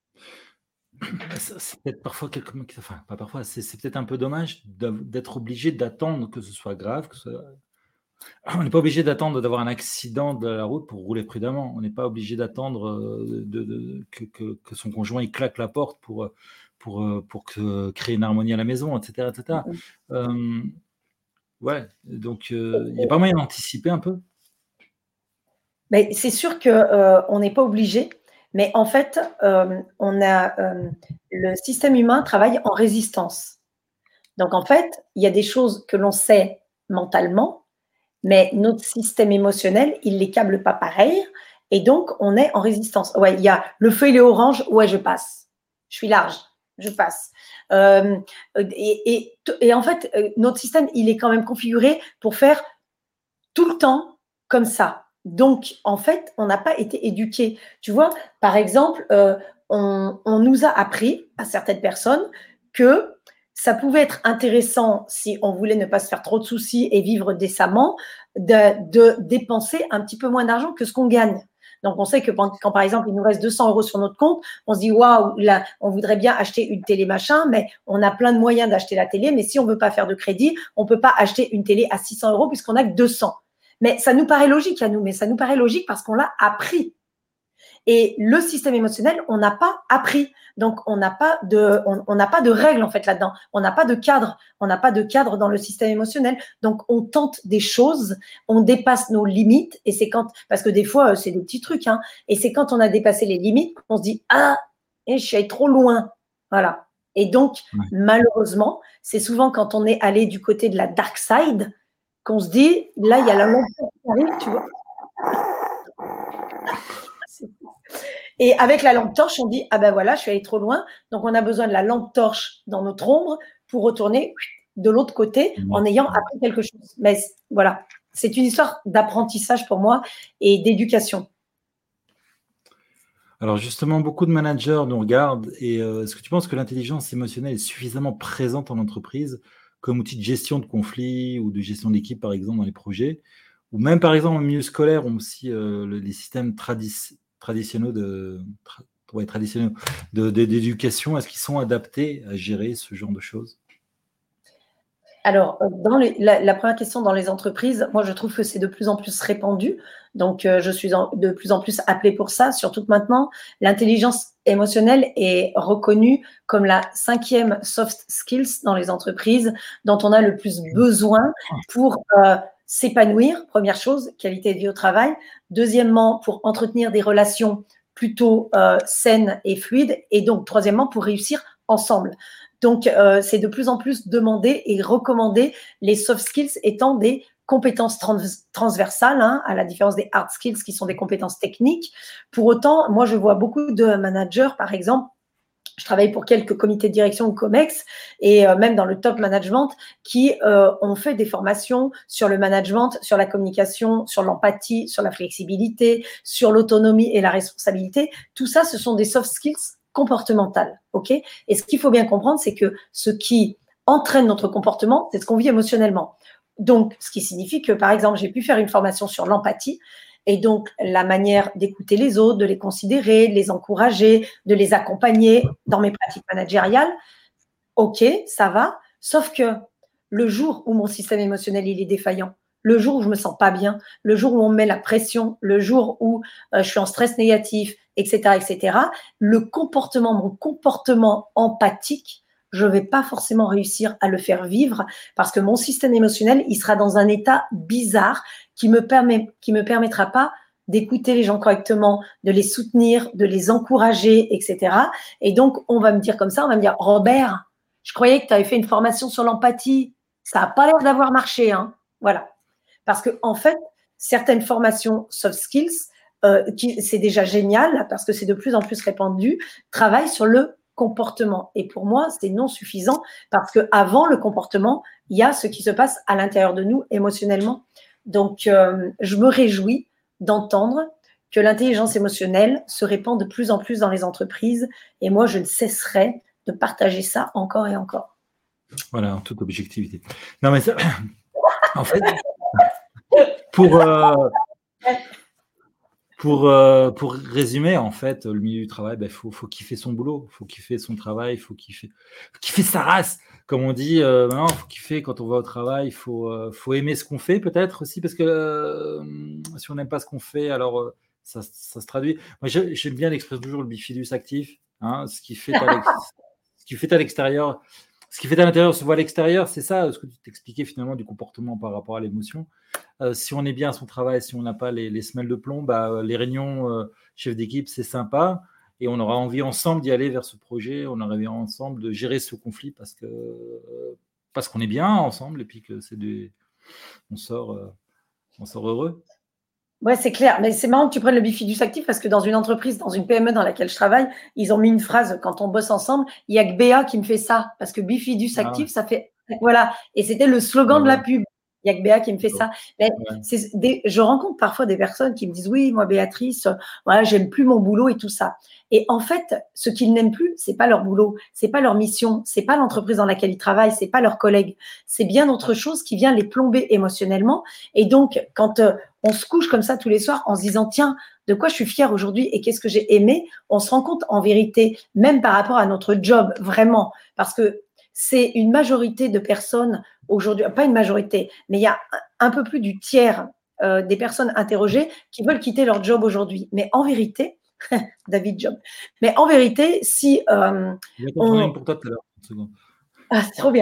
C'est peut-être parfois quelque... enfin, pas parfois, c'est, c'est peut-être un peu dommage d'être obligé d'attendre que ce soit grave, que ce soit... On n'est pas obligé d'attendre d'avoir un accident de la route pour rouler prudemment. On n'est pas obligé d'attendre de, de, que, que, que son conjoint il claque la porte pour, pour, pour que, créer une harmonie à la maison, et cetera et cetera. Mm-hmm. Euh, ouais, donc il euh, n'y a pas moyen d'anticiper un peu. Mais c'est sûr qu'on euh, n'est pas obligé, mais en fait, euh, on a, euh, le système humain travaille en résistance. Donc en fait, il y a des choses que l'on sait mentalement, mais notre système émotionnel, il ne les câble pas pareil. Et donc, on est en résistance. Ouais, il y a le feu, il est orange. Ouais, je passe. Je suis large. Je passe. Euh, et, et, et en fait, notre système, il est quand même configuré pour faire tout le temps comme ça. Donc, en fait, on n'a pas été éduqués. Tu vois, par exemple, euh, on, on nous a appris à certaines personnes que ça pouvait être intéressant, si on voulait ne pas se faire trop de soucis et vivre décemment, de, de dépenser un petit peu moins d'argent que ce qu'on gagne. Donc, on sait que quand, quand, par exemple, il nous reste deux cents euros sur notre compte, on se dit, waouh, là, on voudrait bien acheter une télé machin, mais on a plein de moyens d'acheter la télé. Mais si on ne veut pas faire de crédit, on ne peut pas acheter une télé à six cents euros puisqu'on n'a que deux cents. Mais ça nous paraît logique à nous, mais ça nous paraît logique parce qu'on l'a appris. Et le système émotionnel, on n'a pas appris. Donc, on n'a pas de, on, on n'a pas de règles, en fait, là-dedans. On n'a pas de cadre. On n'a pas de cadre dans le système émotionnel. Donc, on tente des choses, on dépasse nos limites. Et c'est quand, parce que des fois, c'est des petits trucs, hein. Et c'est quand on a dépassé les limites qu'on se dit, ah, et je suis allée trop loin. Voilà. Et donc, ouais. Malheureusement, c'est souvent quand on est allé du côté de la dark side qu'on se dit, là, il y a la lampe qui arrive, tu vois. Et avec la lampe torche, on dit, ah ben voilà, je suis allée trop loin. Donc, on a besoin de la lampe torche dans notre ombre pour retourner de l'autre côté en ayant appris quelque chose. Mais voilà, c'est une histoire d'apprentissage pour moi et d'éducation. Alors justement, beaucoup de managers nous regardent. Et euh, est-ce que tu penses que l'intelligence émotionnelle est suffisamment présente en entreprise comme outil de gestion de conflits ou de gestion d'équipe, par exemple, dans les projets, ou même, par exemple, au milieu scolaire, ou aussi euh, les systèmes traditionnels traditionnels de, tra, ouais, traditionnels de, de, d'éducation, est-ce qu'ils sont adaptés à gérer ce genre de choses? Alors, dans les, la, la première question, dans les entreprises, moi, je trouve que c'est de plus en plus répandu. Donc, euh, je suis en, de plus en plus appelée pour ça, surtout que maintenant, l'intelligence émotionnelle est reconnue comme la cinquième soft skills dans les entreprises dont on a le plus besoin pour euh, s'épanouir, première chose, qualité de vie au travail. Deuxièmement, pour entretenir des relations plutôt euh, saines et fluides. Et donc, troisièmement, pour réussir ensemble. Donc, euh, c'est de plus en plus demandé et recommandé, les soft skills étant des compétences trans- transversales, hein, à la différence des hard skills qui sont des compétences techniques. Pour autant, moi, je vois beaucoup de managers, par exemple, je travaille pour quelques comités de direction ou COMEX et euh, même dans le top management qui euh, ont fait des formations sur le management, sur la communication, sur l'empathie, sur la flexibilité, sur l'autonomie et la responsabilité. Tout ça, ce sont des soft skills comportemental. Ok ? Et ce qu'il faut bien comprendre, c'est que ce qui entraîne notre comportement, c'est ce qu'on vit émotionnellement. Donc, ce qui signifie que, par exemple, j'ai pu faire une formation sur l'empathie et donc la manière d'écouter les autres, de les considérer, de les encourager, de les accompagner dans mes pratiques managériales. Ok, ça va, sauf que le jour où mon système émotionnel il est défaillant, le jour où je me sens pas bien, le jour où on me met la pression, le jour où euh, je suis en stress négatif, et cetera, et cetera, le comportement, mon comportement empathique, je ne vais pas forcément réussir à le faire vivre parce que mon système émotionnel, il sera dans un état bizarre qui me permet, qui me permettra pas d'écouter les gens correctement, de les soutenir, de les encourager, et cetera. Et donc, on va me dire comme ça, on va me dire, Robert, je croyais que tu avais fait une formation sur l'empathie. Ça n'a pas l'air d'avoir marché, hein. Voilà. Parce que, en fait, certaines formations soft skills, euh, qui, c'est déjà génial parce que c'est de plus en plus répandu, travaillent sur le comportement. Et pour moi, c'est non suffisant parce qu'avant le comportement, il y a ce qui se passe à l'intérieur de nous émotionnellement. Donc, euh, je me réjouis d'entendre que l'intelligence émotionnelle se répand de plus en plus dans les entreprises. Et moi, je ne cesserai de partager ça encore et encore. Voilà, en toute objectivité. Non, mais ça, en fait, pour, euh, pour, euh, pour résumer, en fait, le milieu du travail, il ben, faut, faut kiffer son boulot, il faut kiffer son travail, il faut kiffer, faut kiffer sa race. Comme on dit, euh, maintenant, il faut kiffer quand on va au travail, il faut, euh, faut aimer ce qu'on fait peut-être aussi, parce que euh, si on n'aime pas ce qu'on fait, alors euh, ça, ça se traduit. Moi, j'aime bien l'expression toujours le bifidus actif, hein, ce qui fait à l'ex- ce qui fait à l'extérieur. Ce qui fait à l'intérieur se voit à l'extérieur, c'est ça, ce que tu t'expliquais finalement du comportement par rapport à l'émotion. Euh, si on est bien à son travail, si on n'a pas les, les semelles de plomb, bah, les réunions euh, chef d'équipe, c'est sympa. Et on aura envie ensemble d'y aller vers ce projet, on aura envie ensemble de gérer ce conflit parce, que, euh, parce qu'on est bien ensemble et puis que c'est des, on, sort, euh, on sort heureux. Ouais, c'est clair. Mais c'est marrant que tu prennes le bifidus actif parce que dans une entreprise, dans une P M E dans laquelle je travaille, ils ont mis une phrase quand on bosse ensemble. Il n'y a que Béa qui me fait ça parce que bifidus actif, ah ouais. Ça fait. Voilà. Et c'était le slogan ouais, de la pub. Il n'y a que Béa qui me fait ça. Mais ouais. c'est des, je rencontre parfois des personnes qui me disent oui, moi, Béatrice, voilà, j'aime plus mon boulot et tout ça. Et en fait, ce qu'ils n'aiment plus, c'est pas leur boulot, c'est pas leur mission, c'est pas l'entreprise dans laquelle ils travaillent, c'est pas leurs collègues. C'est bien autre chose qui vient les plomber émotionnellement. Et donc, quand euh, on se couche comme ça tous les soirs en se disant tiens, de quoi je suis fière aujourd'hui et qu'est-ce que j'ai aimé, on se rend compte en vérité, même par rapport à notre job, vraiment, parce que c'est une majorité de personnes aujourd'hui, pas une majorité, mais il y a un peu plus du tiers euh, des personnes interrogées qui veulent quitter leur job aujourd'hui. Mais en vérité, David Job, mais en vérité, si euh, je vais t'en prendre une pour toi tout à l'heure, une seconde. Ah, c'est trop bien.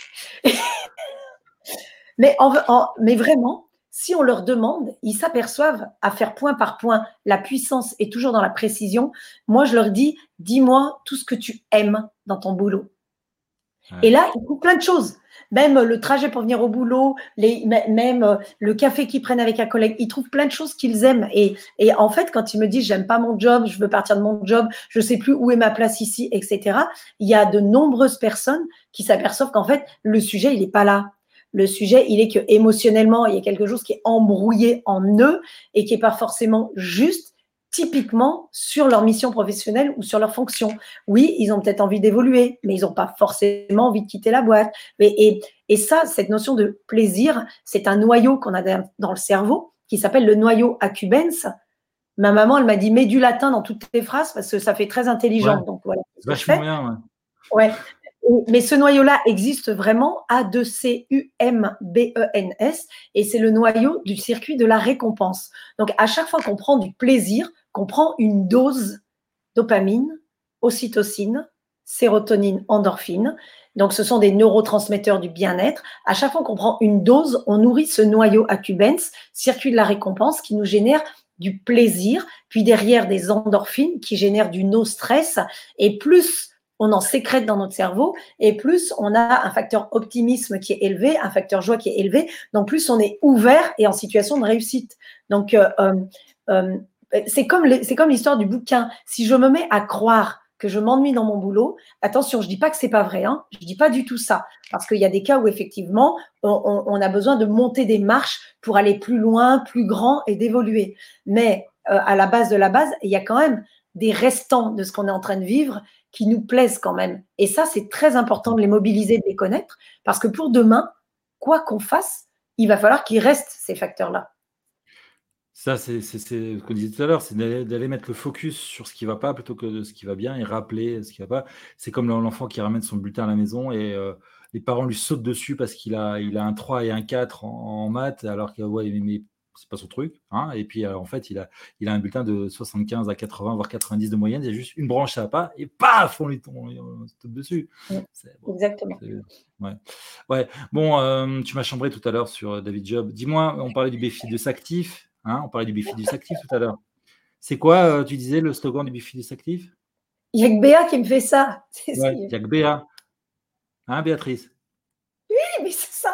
mais, en, en, mais vraiment, si on leur demande, ils s'aperçoivent à faire point par point, la puissance est toujours dans la précision. Moi, je leur dis, dis-moi tout ce que tu aimes dans ton boulot. Ouais. Et là, ils trouvent plein de choses. Même le trajet pour venir au boulot, les, même le café qu'ils prennent avec un collègue, ils trouvent plein de choses qu'ils aiment. Et, et en fait, quand ils me disent, j'aime pas mon job, je veux partir de mon job, je sais plus où est ma place ici, et cetera, il y a de nombreuses personnes qui s'aperçoivent qu'en fait, le sujet, il n'est pas là. Le sujet, il est que émotionnellement, il y a quelque chose qui est embrouillé en eux et qui n'est pas forcément juste, typiquement sur leur mission professionnelle ou sur leur fonction. Oui, ils ont peut-être envie d'évoluer, mais ils n'ont pas forcément envie de quitter la boîte. Et, et, et ça, cette notion de plaisir, c'est un noyau qu'on a dans le cerveau qui s'appelle le noyau accumbens. Ma maman, elle m'a dit, mets du latin dans toutes tes phrases parce que ça fait très intelligent. Ouais, donc voilà. C'est vachement bien. Ouais. ouais. Mais ce noyau-là existe vraiment, A deux C U M B E N S, et c'est le noyau du circuit de la récompense. Donc, à chaque fois qu'on prend du plaisir, qu'on prend une dose dopamine, ocytocine, sérotonine, endorphine, donc ce sont des neurotransmetteurs du bien-être, à chaque fois qu'on prend une dose, on nourrit ce noyau accumbens, circuit de la récompense, qui nous génère du plaisir, puis derrière des endorphines qui génèrent du no-stress, et plus on en sécrète dans notre cerveau, et plus on a un facteur optimisme qui est élevé, un facteur joie qui est élevé, donc plus on est ouvert et en situation de réussite. Donc, euh, euh, c'est comme les, c'est comme l'histoire du bouquin. Si je me mets à croire que je m'ennuie dans mon boulot, attention, je dis pas que c'est pas vrai, hein, je dis pas du tout ça, parce qu'il y a des cas où effectivement, on, on, on a besoin de monter des marches pour aller plus loin, plus grand et d'évoluer. Mais euh, à la base de la base, il y a quand même des restants de ce qu'on est en train de vivre qui nous plaisent quand même. Et ça, c'est très important de les mobiliser, de les connaître, parce que pour demain, quoi qu'on fasse, il va falloir qu'il reste ces facteurs-là. Ça, c'est c'est- c'est ce qu'on disait tout à l'heure, c'est d'aller d'aller mettre le focus sur ce qui va pas plutôt que de ce qui va bien et rappeler ce qui va pas. C'est comme l'en- l'enfant qui ramène son bulletin à la maison et euh, les parents lui sautent dessus parce qu'il a, il a un trois et un quatre en, en maths, alors que ouais, mais, mais c'est pas son truc. Hein. Et puis, euh, en fait, il a, il a un bulletin de soixante-quinze à quatre-vingts, voire quatre-vingt-dix de moyenne. Il y a juste une branche ça va pas et paf, on lui tombe, on lui saute dessus. Mm. C'est- bon, Exactement. c'est- ouais. Ouais. Bon, euh, tu m'as chambré tout à l'heure sur euh, David Job. Dis-moi, on parlait du Bifidus actif. Hein, on parlait du Bifidus actif tout à l'heure. C'est quoi, euh, tu disais, le slogan du Bifidus actif? Il n'y a que Béa qui me fait ça. C'est- Ouais, c'est- il n'y a que Béa. Hein, Béatrice? Oui, mais c'est ça.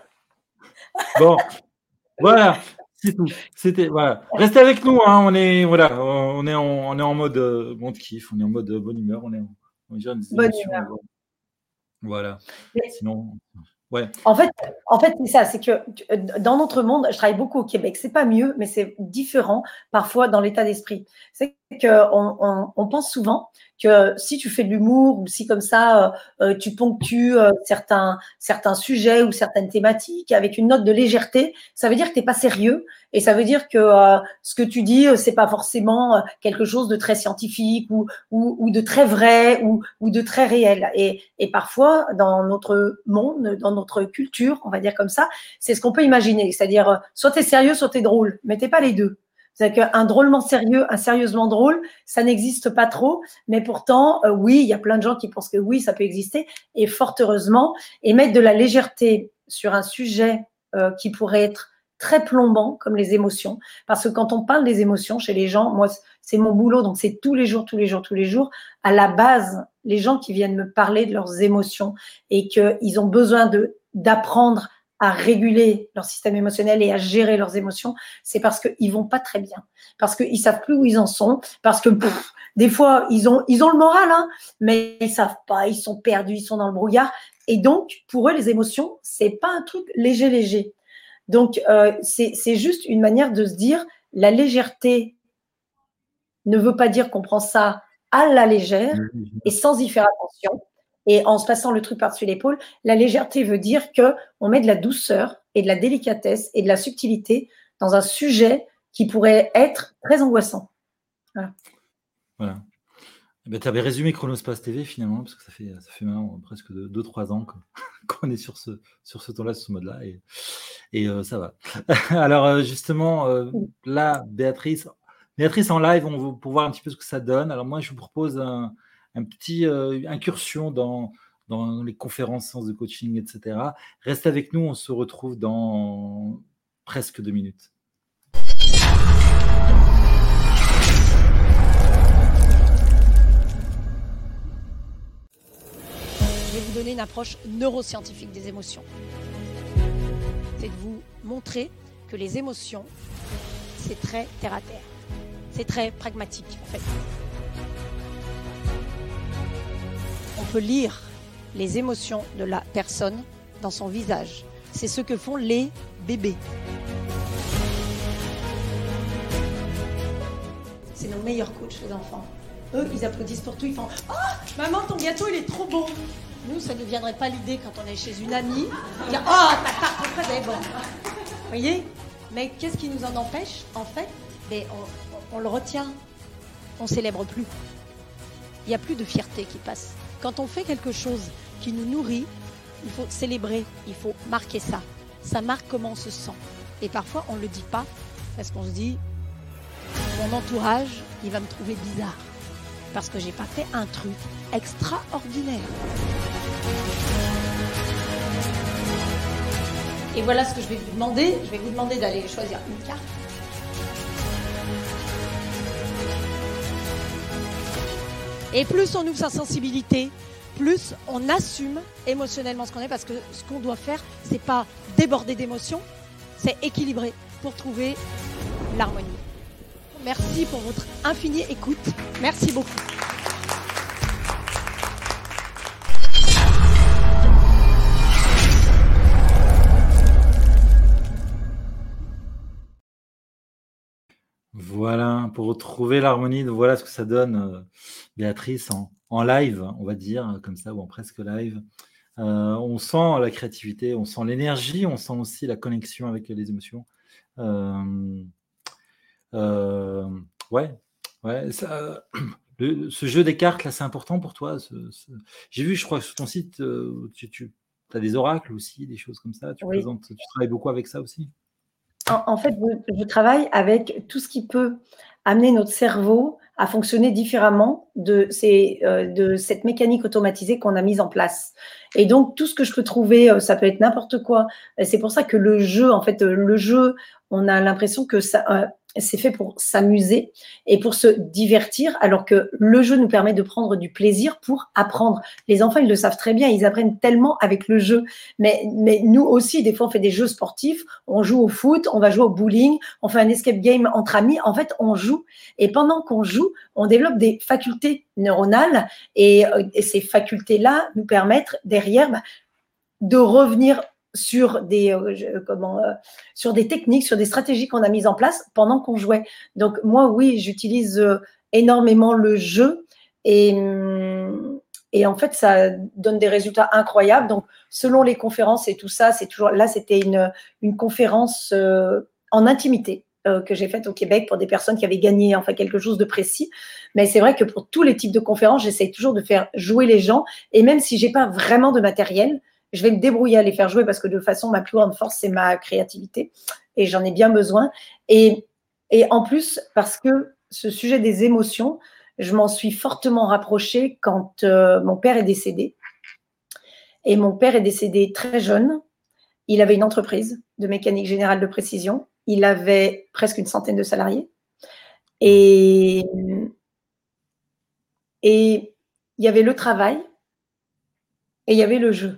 Bon, voilà, c'est tout. C'était, voilà. Restez avec nous, hein, on est, voilà, on est en, on est en mode euh, bon de kiff, on est en mode euh, bonne humeur, on est en, on gère des Bonne émotions. humeur. Voilà. Mais- Sinon, ouais. En fait, en fait c'est ça, c'est que tu- euh, dans notre monde, je travaille beaucoup au Québec, c'est pas mieux, mais c'est différent parfois dans l'état d'esprit. C'est qu'on on, on pense souvent que si tu fais de l'humour ou si comme ça, euh, euh, tu ponctues euh, certains, certains sujets ou certaines thématiques avec une note de légèreté, ça veut dire que t'es pas sérieux et ça veut dire que euh, ce que tu dis, euh, c'est pas forcément euh, quelque chose de très scientifique ou, ou, ou de très vrai ou, ou de très réel. Et, et parfois, dans notre monde, dans notre culture, on va dire comme ça, c'est ce qu'on peut imaginer. C'est-à-dire, euh, soit t'es sérieux, soit t'es drôle, mais t'es pas les deux. C'est-à-dire qu'un drôlement sérieux, un sérieusement drôle, ça n'existe pas trop, mais pourtant, euh, oui, il y a plein de gens qui pensent que oui, ça peut exister, et fort heureusement, et mettre de la légèreté sur un sujet euh, qui pourrait être très plombant, comme les émotions, parce que quand on parle des émotions chez les gens, moi, c'est mon boulot, donc c'est tous les jours, tous les jours, tous les jours, à la base, les gens qui viennent me parler de leurs émotions et qu'ils ont besoin de d'apprendre à réguler leur système émotionnel et à gérer leurs émotions, c'est parce qu'ils vont pas très bien, parce qu'ils savent plus où ils en sont, parce que pff, des fois ils ont ils ont le moral, hein, mais ils savent pas, ils sont perdus, ils sont dans le brouillard, et donc pour eux les émotions c'est pas un truc léger léger. Donc euh, c'est c'est juste une manière de se dire la légèreté ne veut pas dire qu'on prend ça à la légère et sans y faire attention. Et en se passant le truc par-dessus l'épaule, la légèreté veut dire qu'on met de la douceur et de la délicatesse et de la subtilité dans un sujet qui pourrait être très angoissant. Voilà. Voilà. Eh ben, tu avais résumé Chronospace T V finalement, parce que ça fait, ça fait maintenant presque deux trois ans qu'on est sur ce, sur ce ton-là, sur ce mode-là, et, et euh, ça va. Alors euh, justement, euh, là, Béatrice, Béatrice en live, on va pour voir un petit peu ce que ça donne. Alors moi, je vous propose un, un petit euh, incursion dans, dans les conférences, séances de coaching, et cetera. Reste avec nous, on se retrouve dans presque deux minutes. Je vais vous donner une approche neuroscientifique des émotions. C'est de vous montrer que les émotions, c'est très terre à terre. C'est très pragmatique, en fait. On peut lire les émotions de la personne dans son visage. C'est ce que font les bébés. C'est nos meilleurs coachs, les enfants. Eux, ils applaudissent pour tout. Ils font « Oh, maman, ton gâteau, il est trop bon !» Nous, ça ne viendrait pas l'idée quand on est chez une amie. Dire « Oh, ta tarte au fraises est bonne !» Vous voyez? Mais qu'est-ce qui nous en empêche? En fait, mais on, on, on le retient. On ne célèbre plus. Il n'y a plus de fierté qui passe. Quand on fait quelque chose qui nous nourrit, il faut célébrer, il faut marquer ça. Ça marque comment on se sent. Et parfois, on ne le dit pas parce qu'on se dit « Mon entourage, il va me trouver bizarre. » Parce que j'ai pas fait un truc extraordinaire. Et voilà ce que je vais vous demander. Je vais vous demander d'aller choisir une carte. Et plus on ouvre sa sensibilité, plus on assume émotionnellement ce qu'on est, parce que ce qu'on doit faire, c'est pas déborder d'émotions, c'est équilibrer pour trouver l'harmonie. Merci pour votre infinie écoute. Merci beaucoup. Voilà, pour retrouver l'harmonie. Voilà ce que ça donne, euh, Béatrice, en, en live, on va dire, comme ça, ou en presque live. Euh, on sent la créativité, on sent l'énergie, on sent aussi la connexion avec les émotions. Euh, euh, ouais, ouais. Ça, le, ce jeu des cartes, là, c'est important pour toi. Ce, ce... J'ai vu, je crois, sur ton site, euh, tu, tu as des oracles aussi, des choses comme ça. Tu, Oui. présentes, tu travailles beaucoup avec ça aussi. En, en fait, je, je travaille avec tout ce qui peut amener notre cerveau à fonctionner différemment de, ces, euh, de cette mécanique automatisée qu'on a mise en place. Et donc, tout ce que je peux trouver, euh, ça peut être n'importe quoi. Et c'est pour ça que le jeu, en fait, euh, le jeu, on a l'impression que ça, euh, c'est fait pour s'amuser et pour se divertir, alors que le jeu nous permet de prendre du plaisir pour apprendre. Les enfants, ils le savent très bien, ils apprennent tellement avec le jeu. Mais, mais nous aussi, des fois, on fait des jeux sportifs, on joue au foot, on va jouer au bowling, on fait un escape game entre amis. En fait, on joue. Et pendant qu'on joue, on développe des facultés neuronales et, et ces facultés-là nous permettent derrière bah, de revenir sur des, euh, comment, euh, sur des techniques, sur des stratégies qu'on a mises en place pendant qu'on jouait. Donc, moi, oui, j'utilise euh, énormément le jeu et, et en fait, ça donne des résultats incroyables. Donc, selon les conférences et tout ça, c'est toujours, là, c'était une, une conférence euh, en intimité euh, que j'ai faite au Québec pour des personnes qui avaient gagné enfin, quelque chose de précis. Mais c'est vrai que pour tous les types de conférences, j'essaie toujours de faire jouer les gens. Et même si j'ai pas vraiment de matériel, je vais me débrouiller à les faire jouer parce que de toute façon, ma plus grande force, c'est ma créativité et j'en ai bien besoin. Et, et en plus, parce que ce sujet des émotions, je m'en suis fortement rapprochée quand euh, mon père est décédé. Et mon père est décédé très jeune. Il avait une entreprise de mécanique générale de précision. Il avait presque une centaine de salariés. Et, et il y avait le travail et il y avait le jeu.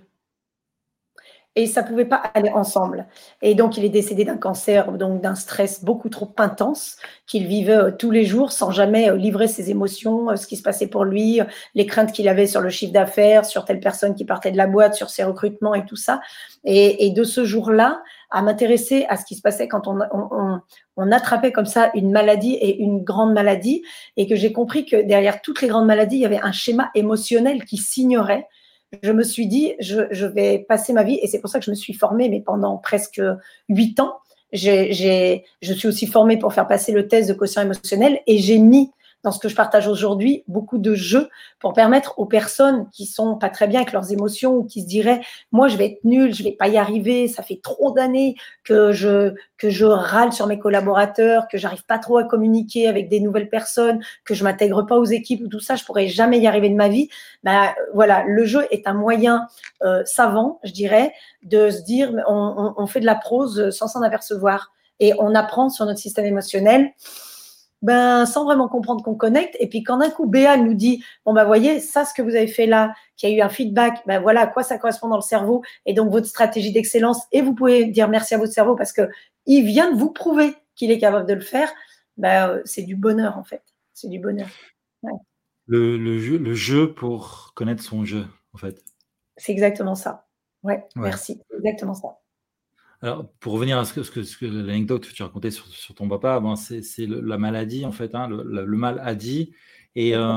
Et ça ne pouvait pas aller ensemble. Et donc, il est décédé d'un cancer, donc d'un stress beaucoup trop intense qu'il vivait euh, tous les jours sans jamais euh, livrer ses émotions, euh, ce qui se passait pour lui, euh, les craintes qu'il avait sur le chiffre d'affaires, sur telle personne qui partait de la boîte, sur ses recrutements et tout ça. Et, et de ce jour-là, à m'intéresser à ce qui se passait quand on, on, on, on attrapait comme ça une maladie et une grande maladie, et que j'ai compris que derrière toutes les grandes maladies, il y avait un schéma émotionnel qui s'ignorait. Je me suis dit, je, je vais passer ma vie, et c'est pour ça que je me suis formée, mais pendant presque huit ans, j'ai, j'ai, je suis aussi formée pour faire passer le test de quotient émotionnel, et j'ai mis dans ce que je partage aujourd'hui beaucoup de jeux pour permettre aux personnes qui sont pas très bien avec leurs émotions ou qui se diraient « moi, je vais être nulle, je vais pas y arriver, ça fait trop d'années que je, que je râle sur mes collaborateurs, que j'arrive pas trop à communiquer avec des nouvelles personnes, que je m'intègre pas aux équipes ou tout ça, je pourrais jamais y arriver de ma vie. » Ben, voilà, le jeu est un moyen euh, savant, je dirais, de se dire on, on, on fait de la prose sans s'en apercevoir et on apprend sur notre système émotionnel. Ben, sans vraiment comprendre qu'on connecte. Et puis, quand d'un coup, Béa nous dit, bon, ben, voyez, ça, ce que vous avez fait là, qu'il y a eu un feedback, ben, voilà à quoi ça correspond dans le cerveau et donc votre stratégie d'excellence. Et vous pouvez dire merci à votre cerveau parce que il vient de vous prouver qu'il est capable de le faire. Ben, c'est du bonheur, en fait. C'est du bonheur. Ouais. Le, le, jeu, le jeu pour connaître son jeu, en fait. C'est exactement ça. Ouais, ouais. Merci. C'est exactement ça. Alors, pour revenir à ce que, ce que, ce que l'anecdote que tu racontais sur, sur ton papa, ben c'est, c'est le, la maladie, en fait, hein, le, le, le mal a dit. Et euh,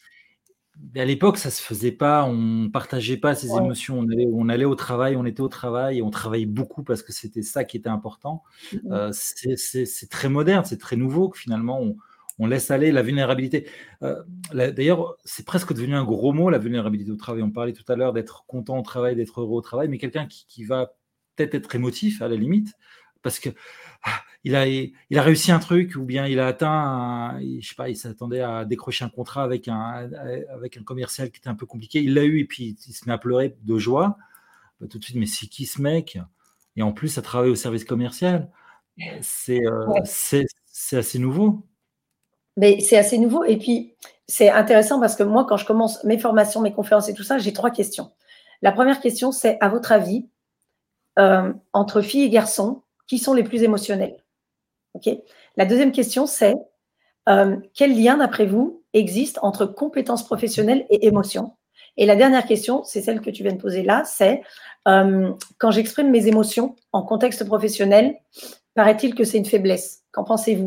à l'époque, ça ne se faisait pas, on ne partageait pas ses ouais. émotions. On allait, on allait au travail, on était au travail et on travaillait beaucoup parce que c'était ça qui était important. Mm-hmm. euh, c'est, c'est, c'est très moderne, c'est très nouveau que finalement, on, on laisse aller la vulnérabilité. Euh, la, d'ailleurs, c'est presque devenu un gros mot, la vulnérabilité au travail. On parlait tout à l'heure d'être content au travail, d'être heureux au travail, mais quelqu'un qui, qui va peut-être être émotif à la limite parce que ah, il a il a réussi un truc ou bien il a atteint un, je sais pas, il s'attendait à décrocher un contrat avec un avec un commercial qui était un peu compliqué, il l'a eu et puis il se met à pleurer de joie. Bah, tout de suite, mais c'est qui ce mec? Et en plus à travailler au service commercial, c'est euh, ouais. c'est c'est assez nouveau. Mais c'est assez nouveau et puis c'est intéressant parce que moi quand je commence mes formations, mes conférences et tout ça, j'ai trois questions. La première question, c'est à votre avis, Euh, entre filles et garçons, qui sont les plus émotionnels? Okay. La deuxième question, c'est euh, quel lien, d'après vous, existe entre compétences professionnelles et émotions? Et la dernière question, c'est celle que tu viens de poser là, c'est euh, quand j'exprime mes émotions en contexte professionnel, paraît-il que c'est une faiblesse? Qu'en pensez-vous?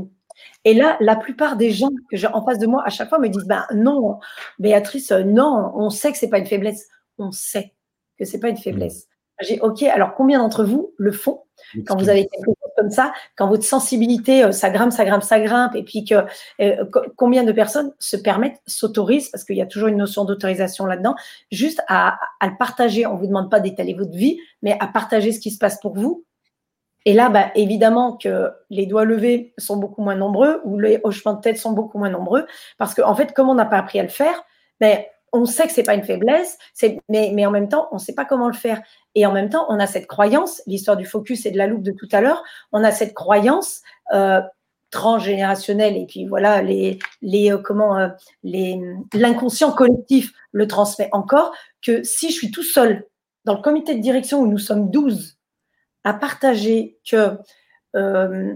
Et là, la plupart des gens que j'ai en face de moi, à chaque fois, me disent ben, non, Béatrice, non, on sait que ce n'est pas une faiblesse. On sait que ce n'est pas une faiblesse. Mmh. J'ai OK, alors combien d'entre vous le font quand vous avez quelque chose comme ça, quand votre sensibilité, ça grimpe, ça grimpe, ça grimpe, et puis que euh, combien de personnes se permettent, s'autorisent, parce qu'il y a toujours une notion d'autorisation là-dedans, juste à, à le partager. On ne vous demande pas d'étaler votre vie, mais à partager ce qui se passe pour vous. Et là, bah, évidemment que les doigts levés sont beaucoup moins nombreux ou les hochements de tête sont beaucoup moins nombreux parce qu'en en fait, comme on n'a pas appris à le faire, ben, on sait que ce n'est pas une faiblesse, c'est, mais, mais en même temps, on ne sait pas comment le faire. Et en même temps, on a cette croyance, l'histoire du focus et de la loupe de tout à l'heure, on a cette croyance euh, transgénérationnelle et puis voilà, les, les, euh, comment, euh, les, l'inconscient collectif le transmet encore, que si je suis tout seul dans le comité de direction où nous sommes douze à partager que euh,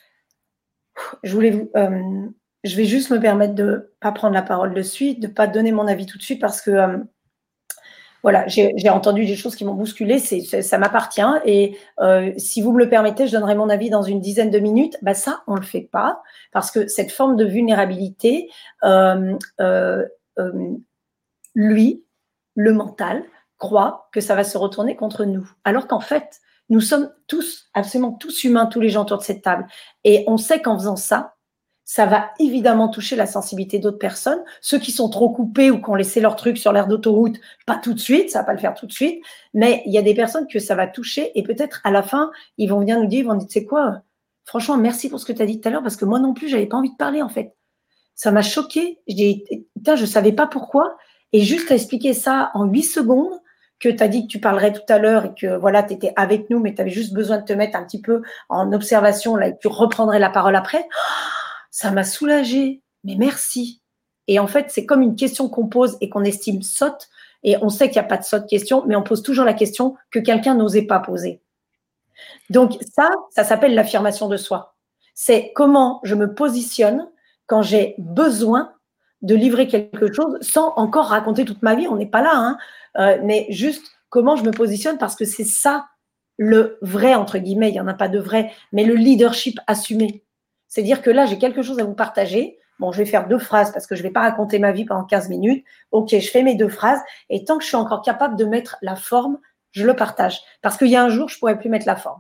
je voulais vous... Euh, je vais juste me permettre de ne pas prendre la parole de suite, de ne pas donner mon avis tout de suite parce que euh, voilà, j'ai, j'ai entendu des choses qui m'ont bousculé, c'est, c'est, ça m'appartient et euh, si vous me le permettez, je donnerai mon avis dans une dizaine de minutes. Bah ça, on ne le fait pas parce que cette forme de vulnérabilité, euh, euh, euh, lui, le mental, croit que ça va se retourner contre nous. Alors qu'en fait, nous sommes tous, absolument tous humains, tous les gens autour de cette table. Et on sait qu'en faisant ça, ça va évidemment toucher la sensibilité d'autres personnes. Ceux qui sont trop coupés ou qui ont laissé leur truc sur l'aire d'autoroute, pas tout de suite, ça va pas le faire tout de suite. Mais il y a des personnes que ça va toucher et peut-être à la fin, ils vont venir nous dire, ils vont dire, tu sais quoi, franchement, merci pour ce que tu as dit tout à l'heure parce que moi non plus, j'avais pas envie de parler en fait. Ça m'a choquée. Je dis, putain, je savais pas pourquoi. Et juste à expliquer ça en huit secondes, que tu as dit que tu parlerais tout à l'heure et que voilà, tu étais avec nous, mais tu avais juste besoin de te mettre un petit peu en observation là et que tu reprendrais la parole après. Ça m'a soulagée, mais merci. Et en fait, c'est comme une question qu'on pose et qu'on estime sotte, et on sait qu'il n'y a pas de sotte question, mais on pose toujours la question que quelqu'un n'osait pas poser. Donc ça, ça s'appelle l'affirmation de soi. C'est comment je me positionne quand j'ai besoin de livrer quelque chose sans encore raconter toute ma vie, on n'est pas là, hein, euh, mais juste comment je me positionne parce que c'est ça le vrai, entre guillemets, il n'y en a pas de vrai, mais le leadership assumé. C'est-à-dire que là, j'ai quelque chose à vous partager. Bon, je vais faire deux phrases parce que je ne vais pas raconter ma vie pendant quinze minutes. Ok, je fais mes deux phrases et tant que je suis encore capable de mettre la forme, je le partage. Parce qu'il y a un jour, je ne pourrai plus mettre la forme.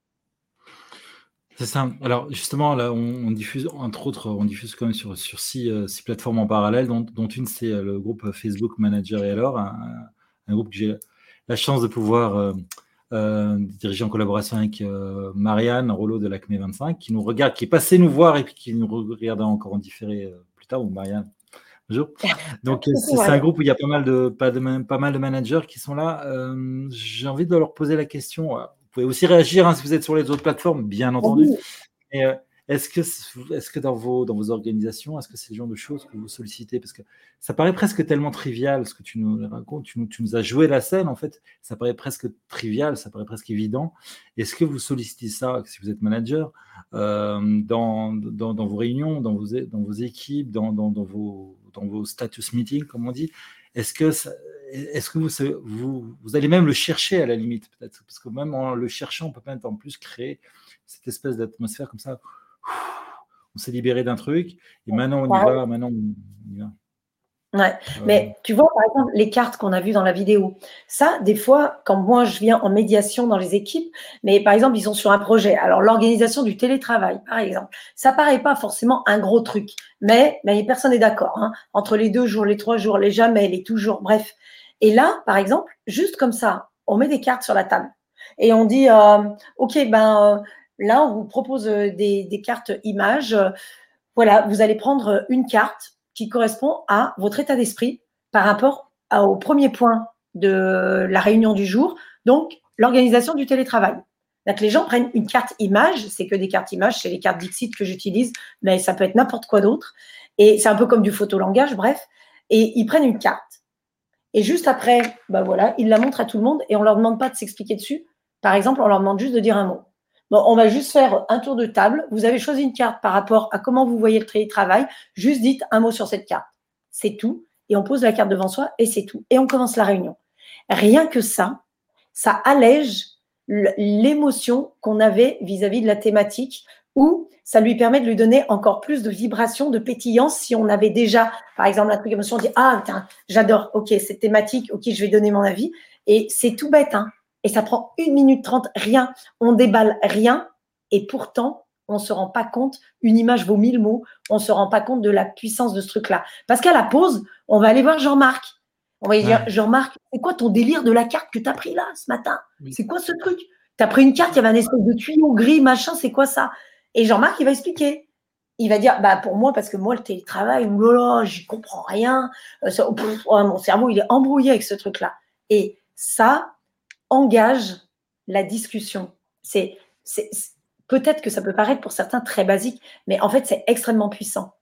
C'est ça. Alors justement, là, on, on diffuse, entre autres, on diffuse quand même sur, sur six, euh, six plateformes en parallèle, dont, dont une, c'est le groupe Facebook Manager et alors, un, un groupe que j'ai la chance de pouvoir euh, euh, diriger en collaboration avec euh, Marianne Rollo de l'Acme vingt-cinq, qui nous regarde, qui est passée nous voir et puis qui nous regardera encore en différé euh, plus tard. Ou Marianne, bonjour. Donc c'est, c'est un groupe où il y a pas mal de, pas de, pas mal de managers qui sont là. Euh, j'ai envie de leur poser la question. Vous pouvez aussi réagir hein, si vous êtes sur les autres plateformes, bien entendu. Oui. Et, euh, est-ce que, est-ce que dans, vos, dans vos organisations, est-ce que c'est le genre de choses que vous sollicitez? Parce que ça paraît presque tellement trivial ce que tu nous racontes. Tu nous, tu nous as joué la scène, en fait. Ça paraît presque trivial, ça paraît presque évident. Est-ce que vous sollicitez ça, si vous êtes manager, euh, dans, dans, dans vos réunions, dans vos, dans vos équipes, dans, dans, dans, vos, dans vos status meetings, comme on dit? Est-ce que, ça, est-ce que vous, vous, vous allez même le chercher à la limite, peut-être? Parce que même en le cherchant, on peut peut-être en plus créer cette espèce d'atmosphère comme ça. On s'est libéré d'un truc et maintenant on y ouais. va, maintenant on y va. Ouais, euh... mais tu vois, par exemple, les cartes qu'on a vues dans la vidéo, ça, des fois, quand moi je viens en médiation dans les équipes, mais par exemple, ils sont sur un projet. Alors, l'organisation du télétravail, par exemple, ça paraît pas forcément un gros truc, mais, mais personne n'est d'accord. Hein, entre les deux jours, les trois jours, les jamais, les toujours, bref. Et là, par exemple, juste comme ça, on met des cartes sur la table et on dit, euh, OK, ben. Euh, Là, on vous propose des, des cartes images. Voilà, vous allez prendre une carte qui correspond à votre état d'esprit par rapport à, au premier point de la réunion du jour, donc l'organisation du télétravail. Donc, les gens prennent une carte image, c'est que des cartes images, c'est les cartes Dixit que j'utilise, mais ça peut être n'importe quoi d'autre. Et c'est un peu comme du photolangage, bref. Et ils prennent une carte. Et juste après, ben voilà, ils la montrent à tout le monde et on ne leur demande pas de s'expliquer dessus. Par exemple, on leur demande juste de dire un mot. Bon, on va juste faire un tour de table. Vous avez choisi une carte par rapport à comment vous voyez le télétravail. Juste dites un mot sur cette carte. C'est tout. Et on pose la carte devant soi et c'est tout. Et on commence la réunion. Rien que ça, ça allège l'émotion qu'on avait vis-à-vis de la thématique ou ça lui permet de lui donner encore plus de vibrations, de pétillance. Si on avait déjà, par exemple, un truc émotion, on dit « Ah, putain, j'adore, ok, c'est thématique, ok, je vais donner mon avis. » Et c'est tout bête, hein. Et ça prend une minute trente, rien. On déballe rien. Et pourtant, on ne se rend pas compte, une image vaut mille mots, on ne se rend pas compte de la puissance de ce truc-là. Parce qu'à la pause, on va aller voir Jean-Marc. On va lui dire, Ouais. Jean-Marc, c'est quoi ton délire de la carte que tu as pris là ce matin? Oui. C'est quoi ce truc? Tu as pris une carte, il y avait un espèce de tuyau gris, machin, c'est quoi ça? Et Jean-Marc, il va expliquer. Il va dire, bah pour moi, parce que moi, le télétravail, oh là là, j'y comprends rien. Euh, ça, pff, oh, mon cerveau, il est embrouillé avec ce truc-là. Et ça engage la discussion. C'est, c'est, c'est- peut-être que ça peut paraître pour certains très basique, mais en fait, c'est extrêmement puissant.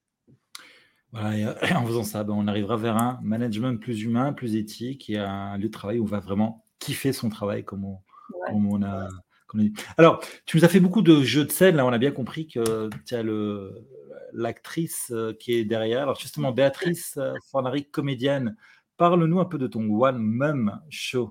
Voilà, et, euh, en faisant ça, ben, on arrivera vers un management plus humain, plus éthique et un lieu de travail où on va vraiment kiffer son travail comme on, Ouais. comme on a, comme on a dit. Alors, tu nous as fait beaucoup de jeux de scène. Là, on a bien compris que tu as le, l'actrice euh, qui est derrière. Alors, justement, Béatrice euh, Fornaric, comédienne, parle-nous un peu de ton One Mum Show.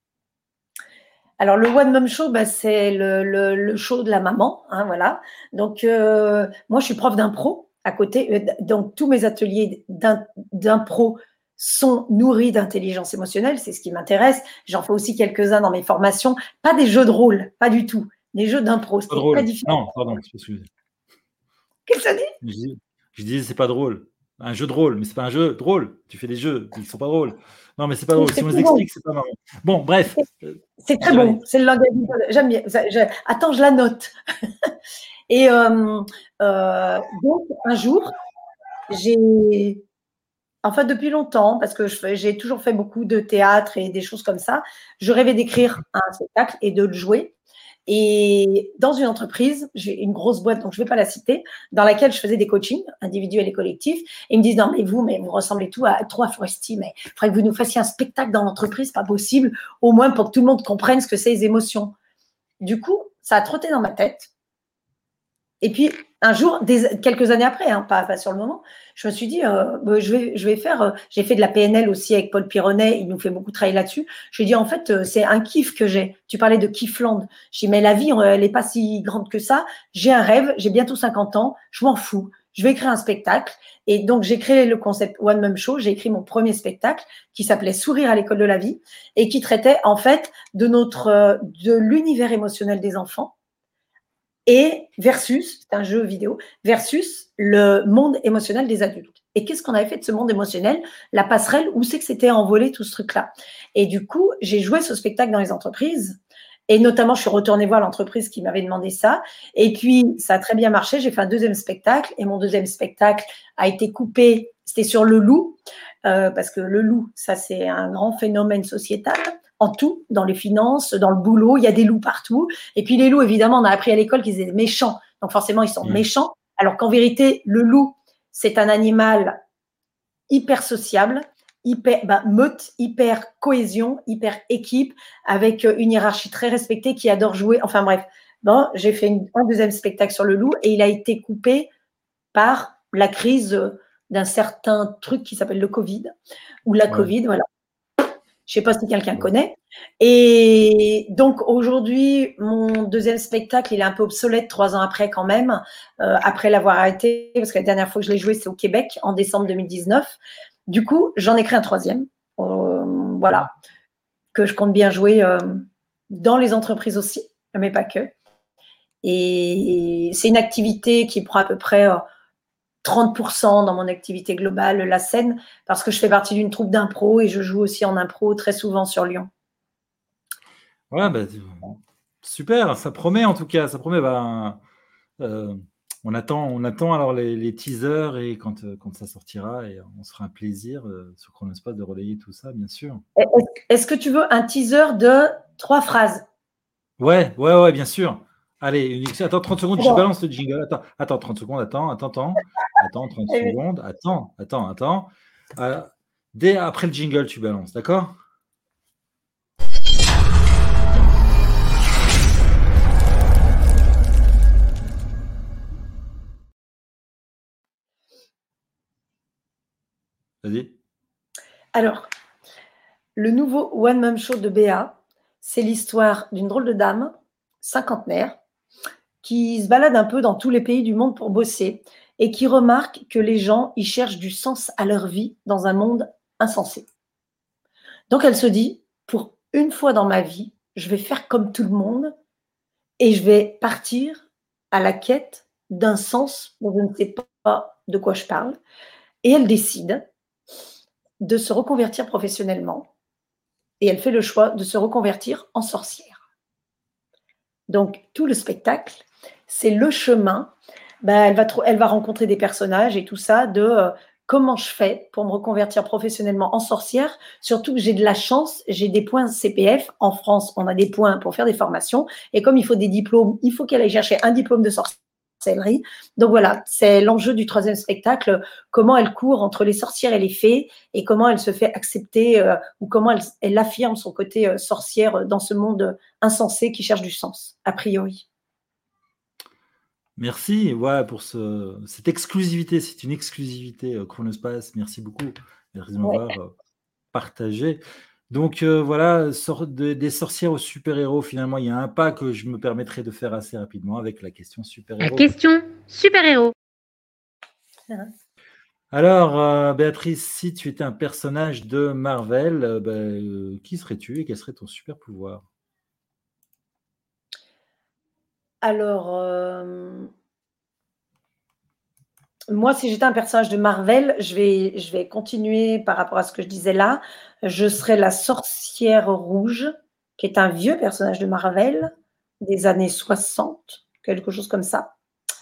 Alors, le One Mom Show, bah, c'est le, le- le show de la maman, hein, voilà. Donc, euh, moi, je suis prof d'impro à côté. Euh, d- Donc, tous mes ateliers d'im- d'impro sont nourris d'intelligence émotionnelle. C'est ce qui m'intéresse. J'en fais aussi quelques-uns dans mes formations. Pas des jeux de rôle, pas du tout. Des jeux d'impro, Pas c'est très drôle. différent. Non, pardon, c'est pas ce que je disais. Qu'est-ce que ça dit? Je dis- je disais, c'est pas drôle. Un jeu de rôle, mais c'est pas un jeu drôle. Tu fais des jeux, ils sont pas drôles. Non, mais c'est pas Oui, drôle. Si c'est on les très bon. explique, c'est pas marrant. Bon, bref. euh, C'est très J'arrête. bon. C'est le langage. J'aime bien. Ça, je- Attends, je la note. Et euh, euh, donc, un jour, j'ai, enfin depuis longtemps, parce que je fais- j'ai toujours fait beaucoup de théâtre et des choses comme ça, je rêvais d'écrire un spectacle et de le jouer. Et dans une entreprise, j'ai une grosse boîte, donc je ne vais pas la citer, dans laquelle je faisais des coachings individuels et collectifs. Et ils me disent, non, mais vous, mais vous ressemblez tout à, trop à Foresti, mais il faudrait que vous nous fassiez un spectacle dans l'entreprise, pas possible, au moins pour que tout le monde comprenne ce que c'est les émotions. Du coup, ça a trotté dans ma tête. Et puis, un jour, des, quelques années après, hein, pas, pas sur le moment, je me suis dit, euh, bah, je, vais, je vais faire. Euh, j'ai fait de la P N L aussi avec Paul Pironnet, il nous fait beaucoup travailler là-dessus. Je lui ai dit, en fait, euh, c'est un kiff que j'ai. Tu parlais de Kiffland. J'ai dit, mais la vie, euh, elle n'est pas si grande que ça. J'ai un rêve, j'ai bientôt cinquante ans, je m'en fous. Je vais écrire un spectacle. Et donc, j'ai créé le concept One Mum Show. J'ai écrit mon premier spectacle qui s'appelait Sourire à l'école de la vie et qui traitait, en fait, de, notre, euh, de l'univers émotionnel des enfants. Et versus, c'est un jeu vidéo, versus le monde émotionnel des adultes. Et qu'est-ce qu'on avait fait de ce monde émotionnel? La passerelle, où c'est que c'était envolé tout ce truc-là? Et du coup, j'ai joué ce spectacle dans les entreprises. Et notamment, je suis retournée voir l'entreprise qui m'avait demandé ça. Et puis, ça a très bien marché. J'ai fait un deuxième spectacle. Et mon deuxième spectacle a été coupé. C'était sur le loup. Euh, parce que le loup, ça, c'est un grand phénomène sociétal. En tout, dans les finances, dans le boulot, il y a des loups partout. Et puis les loups, évidemment, on a appris à l'école qu'ils étaient méchants. Donc forcément, ils sont Mmh. méchants. Alors qu'en vérité, le loup, c'est un animal hyper sociable, hyper bah, meute, hyper cohésion, hyper équipe, avec une hiérarchie très respectée, qui adore jouer. Enfin bref, bon, j'ai fait une, un deuxième spectacle sur le loup et il a été coupé par la crise d'un certain truc qui s'appelle le Covid, ou la Ouais. Covid, voilà. Je ne sais pas si quelqu'un connaît. Et donc aujourd'hui, mon deuxième spectacle, il est un peu obsolète trois ans après quand même, euh, après l'avoir arrêté, parce que la dernière fois que je l'ai joué, c'est au Québec, en décembre deux mille dix-neuf. Du coup, j'en ai créé un troisième, euh, voilà, que je compte bien jouer euh, dans les entreprises aussi, mais pas que. Et c'est une activité qui prend à peu près euh, trente pour cent dans mon activité globale, la scène, parce que je fais partie d'une troupe d'impro et je joue aussi en impro très souvent sur Lyon. Ouais, bah, super, ça promet en tout cas, ça promet. Bah, euh, on attend, on attend alors les, les teasers et quand, euh, quand ça sortira, et on se fera un plaisir euh, sur Chronospace de relayer tout ça, bien sûr. Est-ce, est-ce que tu veux un teaser de trois phrases? Ouais, ouais, ouais, bien sûr. Allez, une... attends trente secondes, Bon. je balance le jingle. Attends, attends, trente secondes, attends, attends, attends, attends, trente secondes, attends, attends, attends. Euh, dès après le jingle, tu balances, d'accord? Vas-y. Alors, le nouveau One Mum Show de Béa, c'est l'histoire d'une drôle de dame, cinquantenaire, qui se balade un peu dans tous les pays du monde pour bosser et qui remarque que les gens, ils cherchent du sens à leur vie dans un monde insensé. Donc, elle se dit, pour une fois dans ma vie, je vais faire comme tout le monde et je vais partir à la quête d'un sens dont je ne sais pas de quoi je parle. Et elle décide de se reconvertir professionnellement et elle fait le choix de se reconvertir en sorcière. Donc, tout le spectacle, c'est le chemin. Ben, elle, va trou- elle va rencontrer des personnages et tout ça de euh, comment je fais pour me reconvertir professionnellement en sorcière, surtout que j'ai de la chance, j'ai des points C P F. En France, on a des points pour faire des formations et comme il faut des diplômes, il faut qu'elle aille chercher un diplôme de sorcellerie. Donc voilà, c'est l'enjeu du troisième spectacle, comment elle court entre les sorcières et les fées et comment elle se fait accepter euh, ou comment elle, elle affirme son côté euh, sorcière dans ce monde insensé qui cherche du sens, a priori. Merci ouais, pour ce, cette exclusivité. C'est une exclusivité euh, Chronospace. Merci beaucoup. Merci de m'avoir Ouais. euh, partagé. Donc euh, voilà, sort de- des sorcières aux super-héros, finalement, il y a un pas que je me permettrai de faire assez rapidement avec la question La super-héros. question super-héros. Alors, euh, Béatrice, si tu étais un personnage de Marvel, euh, ben, euh, qui serais-tu et quel serait ton super pouvoir? Alors, euh, moi, si j'étais un personnage de Marvel, je vais, je vais continuer par rapport à ce que je disais là. Je serais la sorcière rouge, qui est un vieux personnage de Marvel des années soixante, quelque chose comme ça.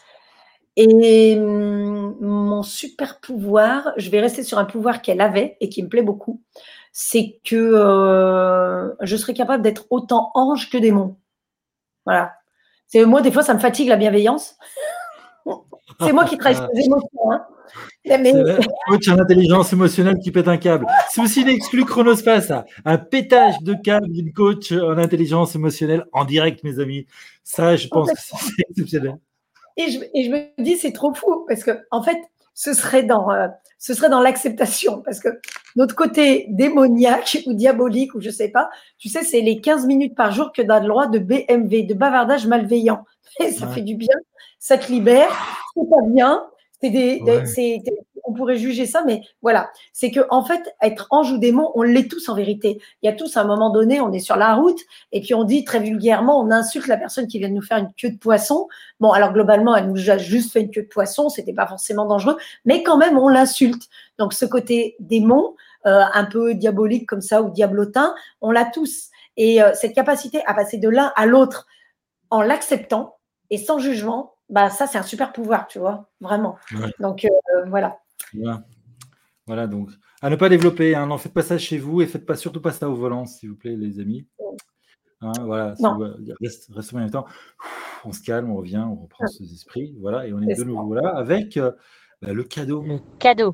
Et hum, mon super pouvoir, je vais rester sur un pouvoir qu'elle avait et qui me plaît beaucoup, c'est que euh, je serais capable d'être autant ange que démon. Voilà. C'est moi, des fois, ça me fatigue la bienveillance. C'est moi qui travaille sur les émotions. Hein. Mais C'est vrai, coach en intelligence émotionnelle qui pète un câble. C'est aussi l'exclu Chronospace, ça. Un pétage de câble d'une coach en intelligence émotionnelle en direct, mes amis. Ça, je pense que c'est exceptionnel. Et je, et je me dis, c'est trop fou parce que, en fait, ce serait dans, euh, ce serait dans l'acceptation parce que notre côté démoniaque ou diabolique ou je sais pas, tu sais, c'est les quinze minutes par jour que tu as le droit de B M V, de bavardage malveillant. Et ça Ouais. fait du bien, ça te libère, c'est pas bien. C'est des, Ouais. des- c'est- on pourrait juger ça, mais voilà. C'est que, en fait, être ange ou démon, on l'est tous en vérité. Il y a tous, à un moment donné, on est sur la route et puis on dit très vulgairement, on insulte la personne qui vient de nous faire une queue de poisson. Bon, alors globalement, elle nous a juste fait une queue de poisson, c'était pas forcément dangereux, mais quand même, on l'insulte. Donc, ce côté démon, euh, un peu diabolique comme ça ou diablotin, on l'a tous. Et euh, cette capacité à passer de l'un à l'autre en l'acceptant et sans jugement, bah ça, c'est un super pouvoir, tu vois, vraiment. Ouais. Donc, euh, voilà. Voilà. Voilà, donc, à ne pas développer. Hein, n'en faites pas ça chez vous et faites pas, surtout pas ça au volant, s'il vous plaît, les amis. Hein, voilà, si Non. vous, reste, restez en même temps. On se calme, on revient, on reprend Ah. ses esprits. Voilà, et on est C'est de ça. nouveau là avec euh, bah, le cadeau. Le cadeau.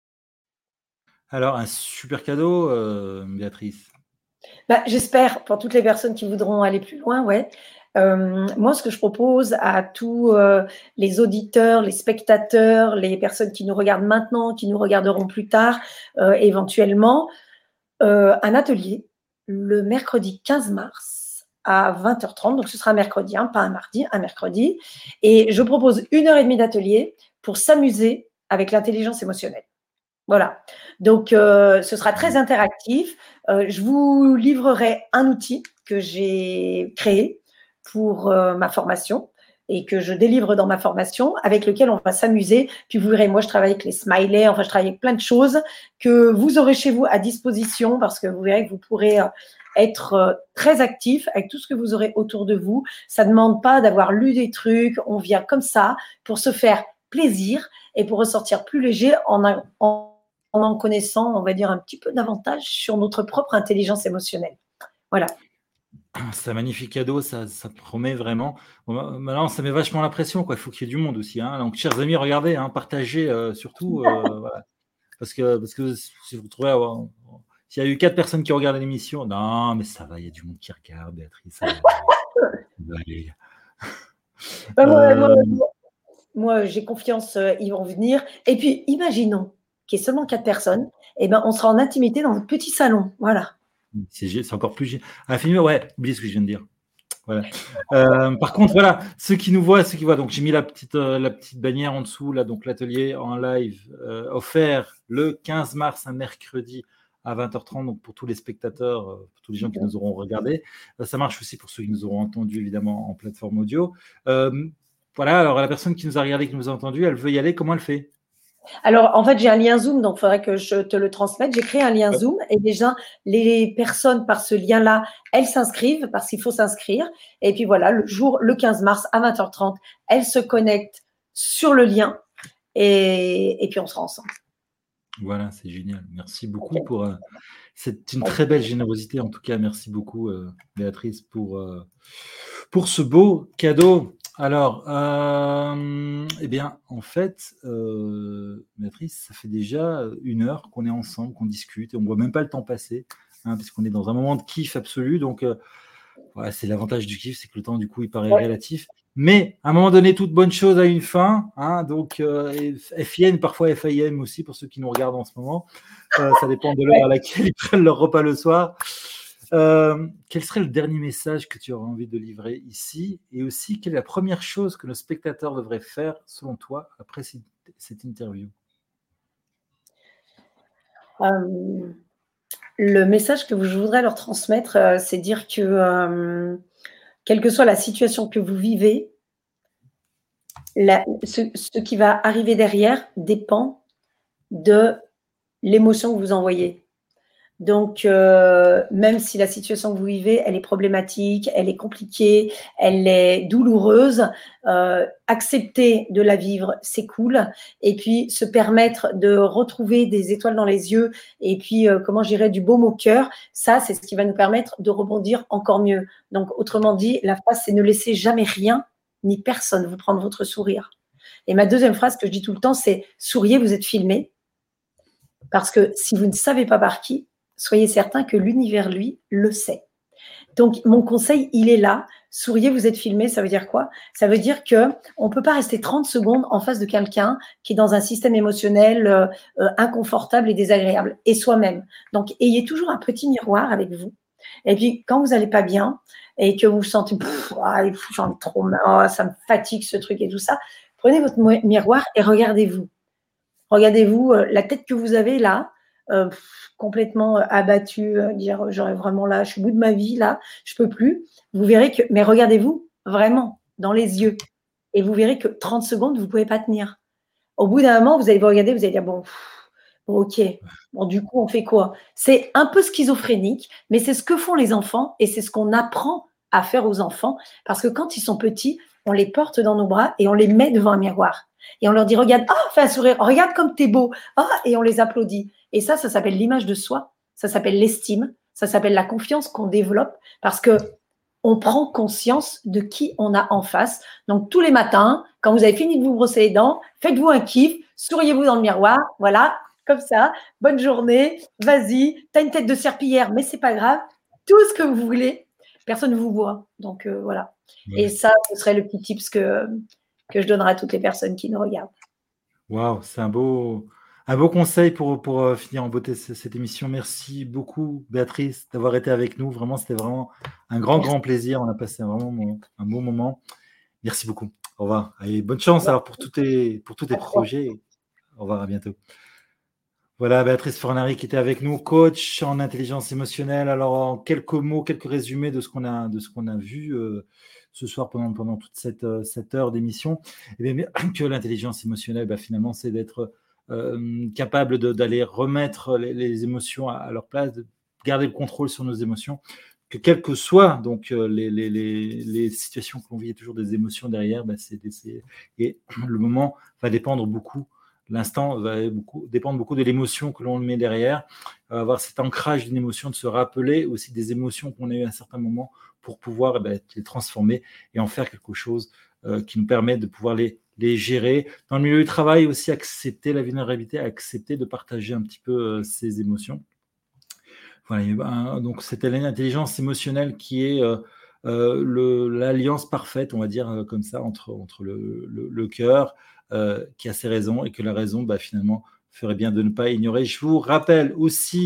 Alors, un super cadeau, euh, Béatrice. Bah, j'espère pour toutes les personnes qui voudront aller plus loin, ouais. Euh, moi, ce que je propose à tous euh, les auditeurs, les spectateurs, les personnes qui nous regardent maintenant, qui nous regarderont plus tard, euh, éventuellement, euh, un atelier le mercredi quinze mars à vingt heures trente. Donc, ce sera un mercredi, hein, pas un mardi, un mercredi. Et je propose une heure et demie d'atelier pour s'amuser avec l'intelligence émotionnelle. Voilà. Donc, euh, ce sera très interactif. Euh, je vous livrerai un outil que j'ai créé pour euh, ma formation et que je délivre dans ma formation, avec lequel on va s'amuser. Puis vous verrez, moi, je travaille avec les smileys, enfin, je travaille avec plein de choses que vous aurez chez vous à disposition parce que vous verrez que vous pourrez euh, être euh, très actif avec tout ce que vous aurez autour de vous. Ça ne demande pas d'avoir lu des trucs. On vient comme ça pour se faire plaisir et pour ressortir plus léger en, en en connaissant, on va dire, un petit peu davantage sur notre propre intelligence émotionnelle. Voilà. C'est un magnifique cadeau, ça, ça promet vraiment. Bon, maintenant, ça met vachement la pression, quoi. Il faut qu'il y ait du monde aussi. Hein. Donc, chers amis, regardez, hein, partagez euh, surtout. Euh, voilà. Parce que, parce que si vous trouvez avoir. S'il y a eu quatre personnes qui regardent l'émission, non, mais ça va, il y a du monde qui regarde, Béatrice. Ça va, ça va aller. Ben, moi, Euh, moi, moi, moi, j'ai confiance, euh, ils vont venir. Et puis, imaginons qu'il y ait seulement quatre personnes, et ben, on sera en intimité dans votre petit salon. Voilà. C'est, c'est encore plus. Ah, film, ouais, oubliez ce que je viens de dire. Voilà. Euh, par contre, voilà, ceux qui nous voient, ceux qui voient, donc j'ai mis la petite, euh, la petite bannière en dessous, là, donc l'atelier en live euh, offert le quinze mars, un mercredi à vingt heures trente, donc pour tous les spectateurs, euh, pour tous les gens qui nous auront regardé. Euh, ça marche aussi pour ceux qui nous auront entendus, évidemment, en plateforme audio. Euh, voilà, alors la personne qui nous a regardé, qui nous a entendu, elle veut y aller, comment elle fait? Alors, en fait, j'ai un lien Zoom, donc il faudrait que je te le transmette. J'ai créé un lien Ouais. Zoom et déjà, les personnes par ce lien-là, elles s'inscrivent parce qu'il faut s'inscrire. Et puis voilà, le jour, le quinze mars à vingt heures trente, elles se connectent sur le lien et, et puis on sera ensemble. Voilà, c'est génial. Merci beaucoup Ok. pour. Euh, c'est une très belle générosité, en tout cas. Merci beaucoup, euh, Béatrice, pour, euh, pour ce beau cadeau. Alors, euh, eh bien, en fait, euh, Béatrice, ça fait déjà une heure qu'on est ensemble, qu'on discute, et on ne voit même pas le temps passer, hein, puisqu'on est dans un moment de kiff absolu. Donc, euh, voilà, c'est l'avantage du kiff, c'est que le temps, du coup, il paraît Ouais. relatif. Mais à un moment donné, toute bonne chose a une fin. Hein, donc, euh, F I N, parfois F I M aussi, pour ceux qui nous regardent en ce moment. Euh, ça dépend de l'heure à laquelle ils prennent leur repas le soir. Euh, quel serait le dernier message que tu aurais envie de livrer ici? Et aussi, quelle est la première chose que nos spectateurs devraient faire, selon toi, après cette, cette interview? Euh, le message que je voudrais leur transmettre, euh, c'est dire que euh, quelle que soit la situation que vous vivez, la, ce, ce qui va arriver derrière dépend de l'émotion que vous envoyez. Donc, euh, même si la situation que vous vivez, elle est problématique, elle est compliquée, elle est douloureuse, euh, accepter de la vivre, c'est cool. Et puis, se permettre de retrouver des étoiles dans les yeux et puis, euh, comment je dirais, du baume au cœur, ça, c'est ce qui va nous permettre de rebondir encore mieux. Donc, autrement dit, la phrase, c'est ne laissez jamais rien ni personne vous prendre votre sourire. Et ma deuxième phrase que je dis tout le temps, c'est souriez, vous êtes filmé. Parce que si vous ne savez pas par qui, soyez certain que l'univers, lui, le sait. Donc, mon conseil, il est là. Souriez, vous êtes filmé, ça veut dire quoi? Ça veut dire qu'on ne peut pas rester trente secondes en face de quelqu'un qui est dans un système émotionnel euh, euh, inconfortable et désagréable, et soi-même. Donc, ayez toujours un petit miroir avec vous. Et puis, quand vous n'allez pas bien et que vous vous sentez, ah, j'en ai trop mal, oh, ça me fatigue ce truc et tout ça, prenez votre miroir et regardez-vous. Regardez-vous, euh, la tête que vous avez là, euh, complètement euh, abattue, euh, dire j'aurais vraiment là, je suis au bout de ma vie là, je peux plus. Vous verrez que, mais regardez-vous vraiment dans les yeux et vous verrez que trente secondes, vous pouvez pas tenir. Au bout d'un moment, vous allez vous regarder, vous allez dire bon, bon ok, bon du coup on fait quoi? C'est un peu schizophrénique, mais c'est ce que font les enfants et c'est ce qu'on apprend à faire aux enfants parce que quand ils sont petits, on les porte dans nos bras et on les met devant un miroir. Et on leur dit, regarde, oh, fais un sourire, regarde comme t'es beau, oh, et on les applaudit. Et ça, ça s'appelle l'image de soi, ça s'appelle l'estime, ça s'appelle la confiance qu'on développe parce que on prend conscience de qui on a en face. Donc, tous les matins, quand vous avez fini de vous brosser les dents, faites-vous un kiff, souriez-vous dans le miroir, voilà, comme ça, bonne journée, vas-y, t'as une tête de serpillière, mais c'est pas grave, tout ce que vous voulez, personne ne vous voit. Donc, euh, voilà. Ouais. Et ça, ce serait le petit tips que... que je donnerai à toutes les personnes qui nous regardent. Waouh, c'est un beau, un beau conseil pour, pour finir en beauté cette émission. Merci beaucoup, Béatrice, d'avoir été avec nous. Vraiment, c'était vraiment un grand, Merci. grand plaisir. On a passé un, vraiment, un beau moment. Merci beaucoup. Au revoir. Et bonne chance alors pour tous tes, pour tous tes projets. Au revoir, à bientôt. Voilà, Béatrice Fornari qui était avec nous, coach en intelligence émotionnelle. Alors, en quelques mots, quelques résumés de ce qu'on a, de ce qu'on a vu euh, ce soir pendant, pendant toute cette, cette heure d'émission. Et bien, que l'intelligence émotionnelle, bah, finalement, c'est d'être euh, capable de, d'aller remettre les, les émotions à, à leur place, de garder le contrôle sur nos émotions, que quelles que soient donc, les, les, les, les situations que l'on vit, il y a toujours des émotions derrière, bah, c'est, c'est, et le moment va dépendre beaucoup. L'instant va beaucoup, dépendre beaucoup de l'émotion que l'on met derrière, euh, avoir cet ancrage d'une émotion, de se rappeler aussi des émotions qu'on a eues à un certain moment pour pouvoir eh ben, les transformer et en faire quelque chose euh, qui nous permet de pouvoir les, les gérer. Dans le milieu du travail aussi, accepter la vulnérabilité, accepter de partager un petit peu euh, ses émotions. Voilà, ben, donc c'était l'intelligence émotionnelle qui est euh, euh, le, l'alliance parfaite, on va dire euh, comme ça, entre, entre le, le, le cœur, Euh, qui a ses raisons et que la raison, bah, finalement, ferait bien de ne pas ignorer. Je vous rappelle aussi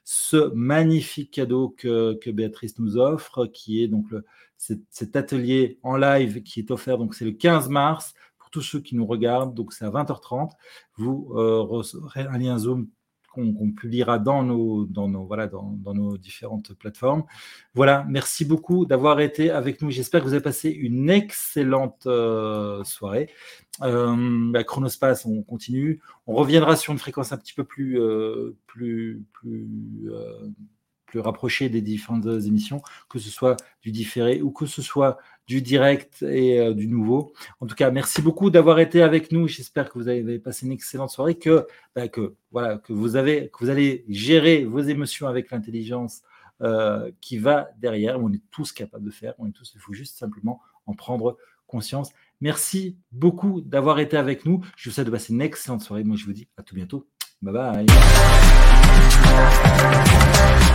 ce magnifique cadeau que, que Béatrice nous offre, qui est donc le, cet, cet atelier en live qui est offert. Donc c'est le quinze mars pour tous ceux qui nous regardent. Donc c'est à vingt heures trente. Vous euh, recevrez un lien Zoom qu'on, qu'on publiera dans nos, dans, nos, voilà, dans, dans nos différentes plateformes. Voilà, merci beaucoup d'avoir été avec nous. J'espère que vous avez passé une excellente euh, soirée. Euh, bah, Chronospace, on continue. On reviendra sur une fréquence un petit peu plus, euh, plus, plus, euh, plus rapprochée des différentes émissions, que ce soit du différé ou que ce soit du direct et euh, du nouveau. En tout cas, merci beaucoup d'avoir été avec nous. J'espère que vous avez passé une excellente soirée, que, bah, que, voilà, que, vous avez, que vous allez gérer vos émotions avec l'intelligence euh, qui va derrière. On est tous capables de faire. On est tous, il faut juste simplement en prendre conscience. Merci beaucoup d'avoir été avec nous. Je vous souhaite de passer une excellente soirée. Moi, je vous dis à tout bientôt. Bye bye.